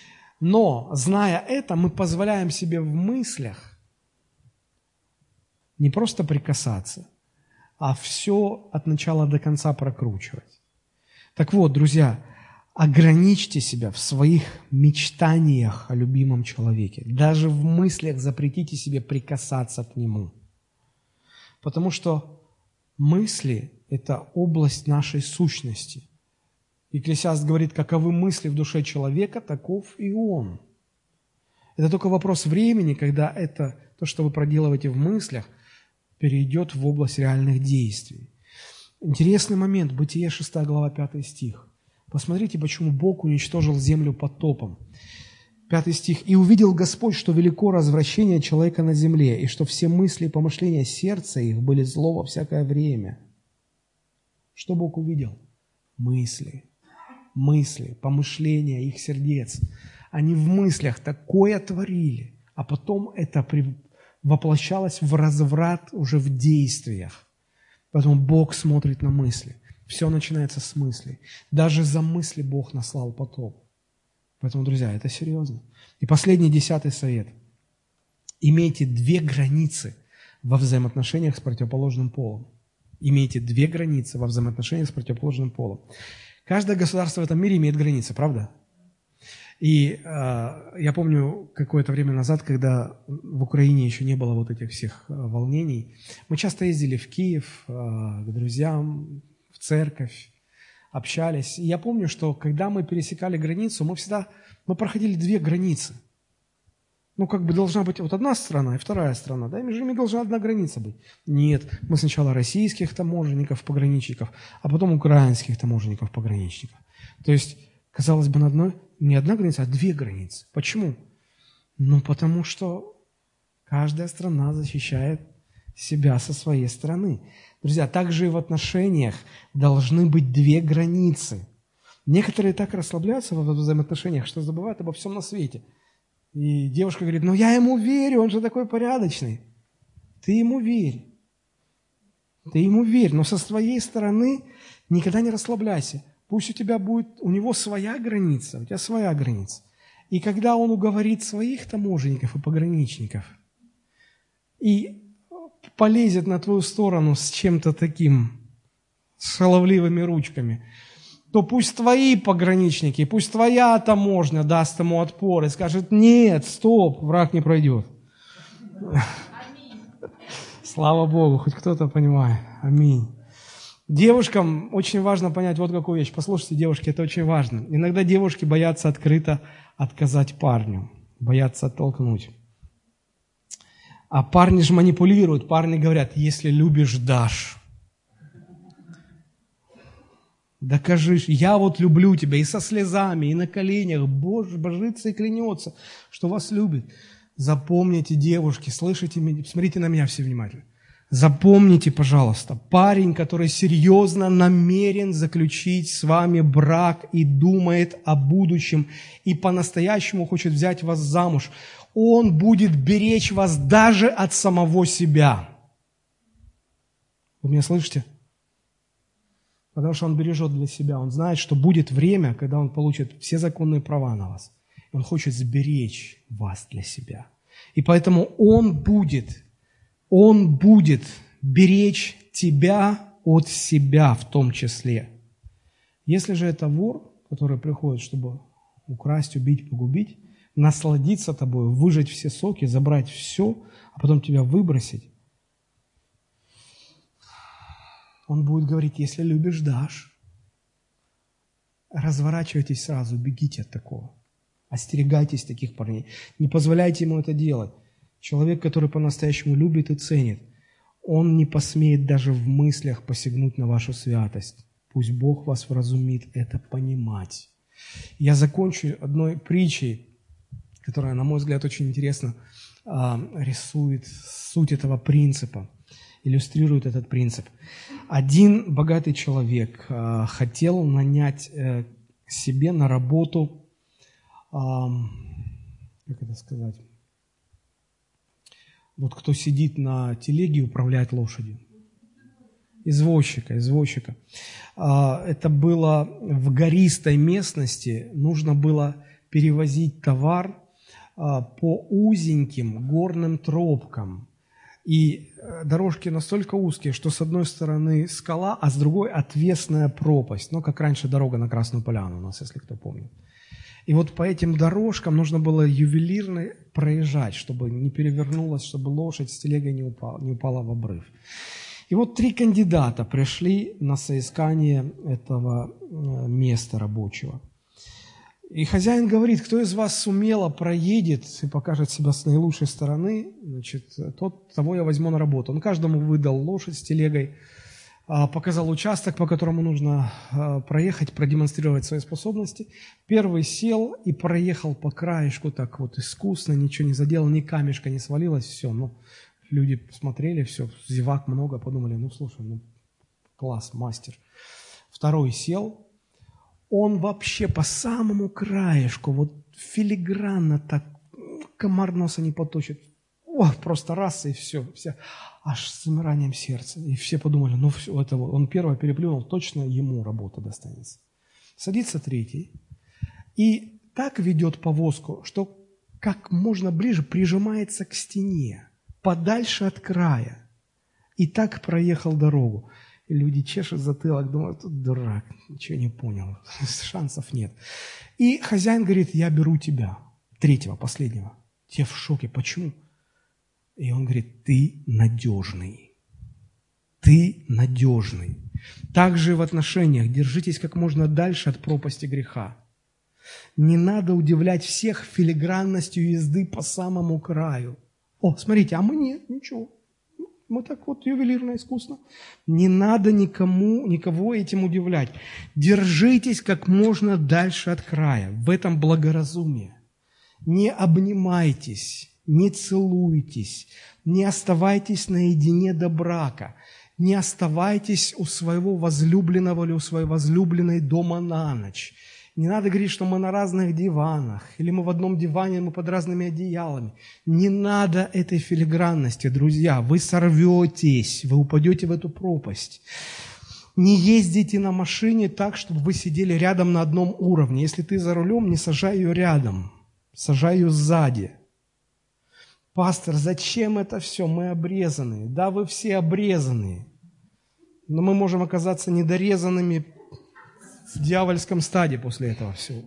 Но, зная это, мы позволяем себе в мыслях Не просто прикасаться, а все от начала до конца прокручивать. Так вот, друзья, ограничьте себя в своих мечтаниях о любимом человеке. Даже в мыслях запретите себе прикасаться к нему. Потому что мысли – это область нашей сущности. Екклесиаст говорит, каковы мысли в душе человека, таков и он. Это только вопрос времени, когда это, то, что вы проделываете в мыслях, перейдет в область реальных действий. Интересный момент, Бытие шестая глава, пятый стих. Посмотрите, почему Бог уничтожил землю потопом. Пятый стих. «И увидел Господь, что велико развращение человека на земле, и что все мысли и помышления сердца их были зло во всякое время». Что Бог увидел? Мысли. Мысли, помышления их сердец. Они в мыслях такое творили, а потом это воплощалось в разврат уже в действиях. Поэтому Бог смотрит на мысли. Все начинается с мыслей. Даже за мысли Бог наслал потоп. Поэтому, друзья, это серьезно. И последний, десятый совет. Имейте две границы во взаимоотношениях с противоположным полом. Имейте две границы во взаимоотношениях с противоположным полом. Каждое государство в этом мире имеет границы, правда? И э, я помню какое-то время назад, когда в Украине еще не было вот этих всех э, волнений, мы часто ездили в Киев э, к друзьям, в церковь, общались. И я помню, что когда мы пересекали границу, мы всегда, мы проходили две границы. Ну, как бы должна быть вот одна страна и вторая страна, да, и между ними должна одна граница быть. Нет, мы сначала российских таможенников, пограничников, а потом украинских таможенников, пограничников. То есть, казалось бы, на одной, не одна граница, а две границы. Почему? Ну, потому что каждая страна защищает себя со своей стороны. Друзья, также и в отношениях должны быть две границы. Некоторые так расслабляются в взаимоотношениях, что забывают обо всем на свете. И девушка говорит, ну я ему верю, он же такой порядочный. Ты ему верь. Ты ему верь, но со своей стороны никогда не расслабляйся. Пусть у тебя будет, у него своя граница, у тебя своя граница. И когда он уговорит своих таможенников и пограничников и полезет на твою сторону с чем-то таким, с шаловливыми ручками, то пусть твои пограничники, пусть твоя таможня даст ему отпор и скажет, нет, стоп, враг не пройдет. Аминь. Слава Богу, хоть кто-то понимает. Аминь. Девушкам очень важно понять вот какую вещь. Послушайте, девушки, это очень важно. Иногда девушки боятся открыто отказать парню, боятся оттолкнуть. А парни же манипулируют, парни говорят, если любишь, дашь. Докажи, я вот люблю тебя и со слезами, и на коленях, Боже, божится и клянется, что вас любит. Запомните, девушки, слышите меня, смотрите на меня все внимательно. Запомните, пожалуйста, парень, который серьезно намерен заключить с вами брак и думает о будущем, и по-настоящему хочет взять вас замуж, он будет беречь вас даже от самого себя. Вы меня слышите? Потому что он бережет для себя. Он знает, что будет время, когда он получит все законные права на вас. Он хочет сберечь вас для себя. И поэтому он будет, он будет беречь тебя от себя в том числе. Если же это вор, который приходит, чтобы украсть, убить, погубить, насладиться тобой, выжать все соки, забрать все, а потом тебя выбросить, он будет говорить, если любишь, дашь. Разворачивайтесь сразу, бегите от такого. Остерегайтесь таких парней. Не позволяйте ему это делать. Человек, который по-настоящему любит и ценит, он не посмеет даже в мыслях посягнуть на вашу святость. Пусть Бог вас вразумит это понимать. Я закончу одной притчей, которая, на мой взгляд, очень интересно а, рисует суть этого принципа, иллюстрирует этот принцип. Один богатый человек а, хотел нанять а, себе на работу, а, как это сказать, вот кто сидит на телеге и управляет лошадью. Извозчика, извозчика. А, это было в гористой местности, нужно было перевозить товар а, по узеньким горным тропкам. И дорожки настолько узкие, что с одной стороны скала, а с другой отвесная пропасть. Ну, как раньше дорога на Красную Поляну у нас, если кто помнит. И вот по этим дорожкам нужно было ювелирно проезжать, чтобы не перевернулась, чтобы лошадь с телегой не упала, не упала в обрыв. И вот три кандидата пришли на соискание этого места рабочего. И хозяин говорит: кто из вас сумело проедет и покажет себя с наилучшей стороны, значит, тот, того я возьму на работу. Он каждому выдал лошадь с телегой, показал участок, по которому нужно проехать, продемонстрировать свои способности. Первый сел и проехал по краешку так вот искусно, ничего не заделал, ни камешка не свалилось, все. Ну, люди посмотрели, все, зевак много, подумали: ну, слушай, ну, класс, мастер. Второй сел, он вообще по самому краешку, вот филигранно так, комар носа не поточит, о, просто раз и все, все, аж с замиранием сердца. И все подумали: ну все, это он первый переплюнул, точно ему работа достанется. Садится третий и так ведет повозку, что как можно ближе прижимается к стене, подальше от края. И так проехал дорогу. И люди чешут затылок, думают: тут дурак, ничего не понял, шансов нет. И хозяин говорит: я беру тебя, третьего, последнего. Те в шоке: почему? И он говорит: ты надежный, ты надежный. Также и в отношениях держитесь как можно дальше от пропасти греха. Не надо удивлять всех филигранностью езды по самому краю. О, смотрите, а мы нет, ничего. Мы так вот ювелирно, искусно. Не надо никому, никого этим удивлять. Держитесь как можно дальше от края. В этом благоразумие. Не обнимайтесь, не целуйтесь, не оставайтесь наедине до брака. Не оставайтесь у своего возлюбленного или у своей возлюбленной дома на ночь. Не надо говорить, что мы на разных диванах, или мы в одном диване, мы под разными одеялами. Не надо этой филигранности, друзья. Вы сорветесь, вы упадете в эту пропасть. Не ездите на машине так, чтобы вы сидели рядом на одном уровне. Если ты за рулем, не сажай ее рядом, сажай ее сзади. Пастор, зачем это все? Мы обрезанные. Да, вы все обрезанные. Но мы можем оказаться недорезанными в дьявольском стаде после этого всего.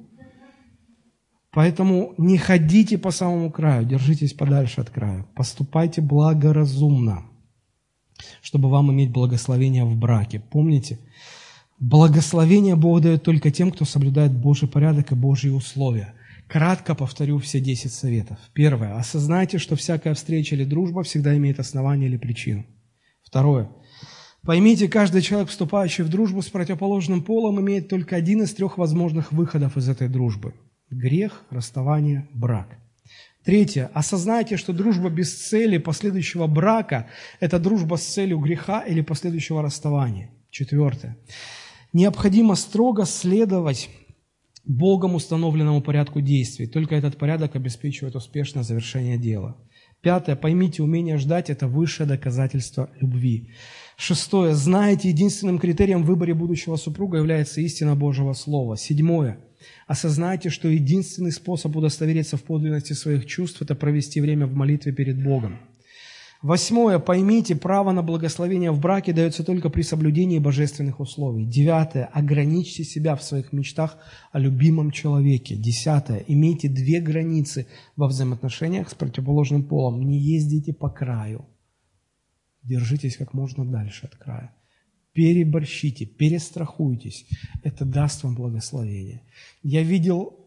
Поэтому не ходите по самому краю, держитесь подальше от края. Поступайте благоразумно, чтобы вам иметь благословение в браке. Помните, благословение Бог дает только тем, кто соблюдает Божий порядок и Божьи условия. Кратко повторю все десять советов. Первое. Осознайте, что всякая встреча или дружба всегда имеет основание или причину. Второе. Поймите, каждый человек, вступающий в дружбу с противоположным полом, имеет только один из трех возможных выходов из этой дружбы. Грех, расставание, брак. Третье. Осознайте, что дружба без цели последующего брака – это дружба с целью греха или последующего расставания. Четвертое. Необходимо строго следовать Богом установленному порядку действий. Только этот порядок обеспечивает успешное завершение дела. Пятое. Поймите, умение ждать – это высшее доказательство любви. Шестое. Знаете, единственным критерием в выборе будущего супруга является истина Божьего Слова. Седьмое. Осознайте, что единственный способ удостовериться в подлинности своих чувств – это провести время в молитве перед Богом. Восьмое. Поймите, право на благословение в браке дается только при соблюдении божественных условий. Девятое. Ограничьте себя в своих мечтах о любимом человеке. Десятое. Имейте две границы во взаимоотношениях с противоположным полом. Не ездите по краю. Держитесь как можно дальше от края. Переборщите, перестрахуйтесь. Это даст вам благословение. Я видел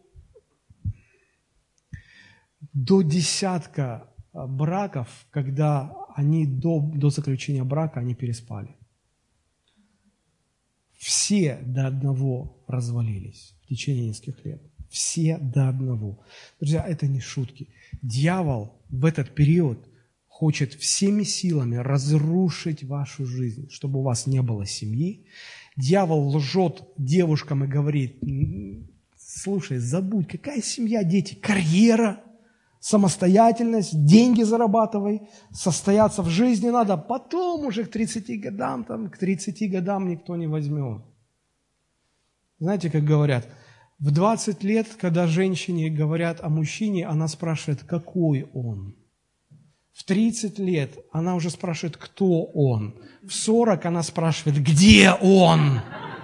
до десятка браков, когда они до, до заключения брака они переспали. Все до одного развалились в течение нескольких лет. Все до одного. Друзья, это не шутки. Дьявол в этот период хочет всеми силами разрушить вашу жизнь, чтобы у вас не было семьи. Дьявол лжет девушкам и говорит: слушай, забудь, какая семья, дети, карьера, самостоятельность, деньги зарабатывай, состояться в жизни надо, потом уже к тридцати годам, там, к тридцати годам никто не возьмет. Знаете, как говорят, в двадцать лет, когда женщине говорят о мужчине, она спрашивает, какой он. В В тридцать лет она уже спрашивает, кто он. В сорок она спрашивает, где он?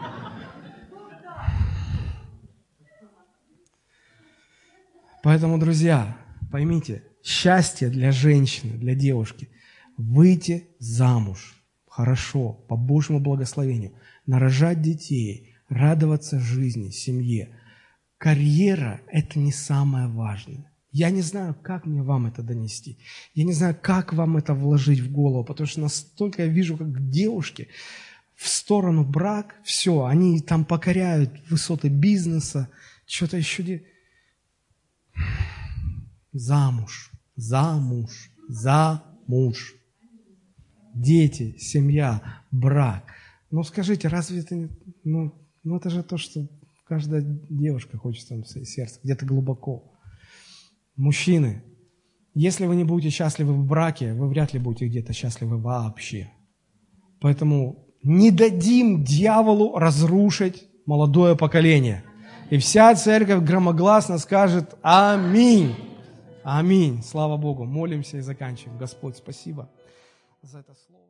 Поэтому, друзья, поймите, счастье для женщины, для девушки – выйти замуж хорошо, по Божьему благословению, нарожать детей, радоваться жизни, семье. Карьера – это не самое важное. Я не знаю, как мне вам это донести. Я не знаю, как вам это вложить в голову, потому что настолько я вижу, как девушки в сторону брак, все, они там покоряют высоты бизнеса, что-то еще где... Замуж, замуж, замуж. Дети, семья, брак. Ну скажите, разве это не... Ну, ну это же то, что каждая девушка хочет в своем сердце, где-то глубоко. Мужчины, если вы не будете счастливы в браке, вы вряд ли будете где-то счастливы вообще. Поэтому не дадим дьяволу разрушить молодое поколение. И вся церковь громогласно скажет «Аминь». Аминь. Слава Богу. Молимся и заканчиваем. Господь, спасибо за это слово.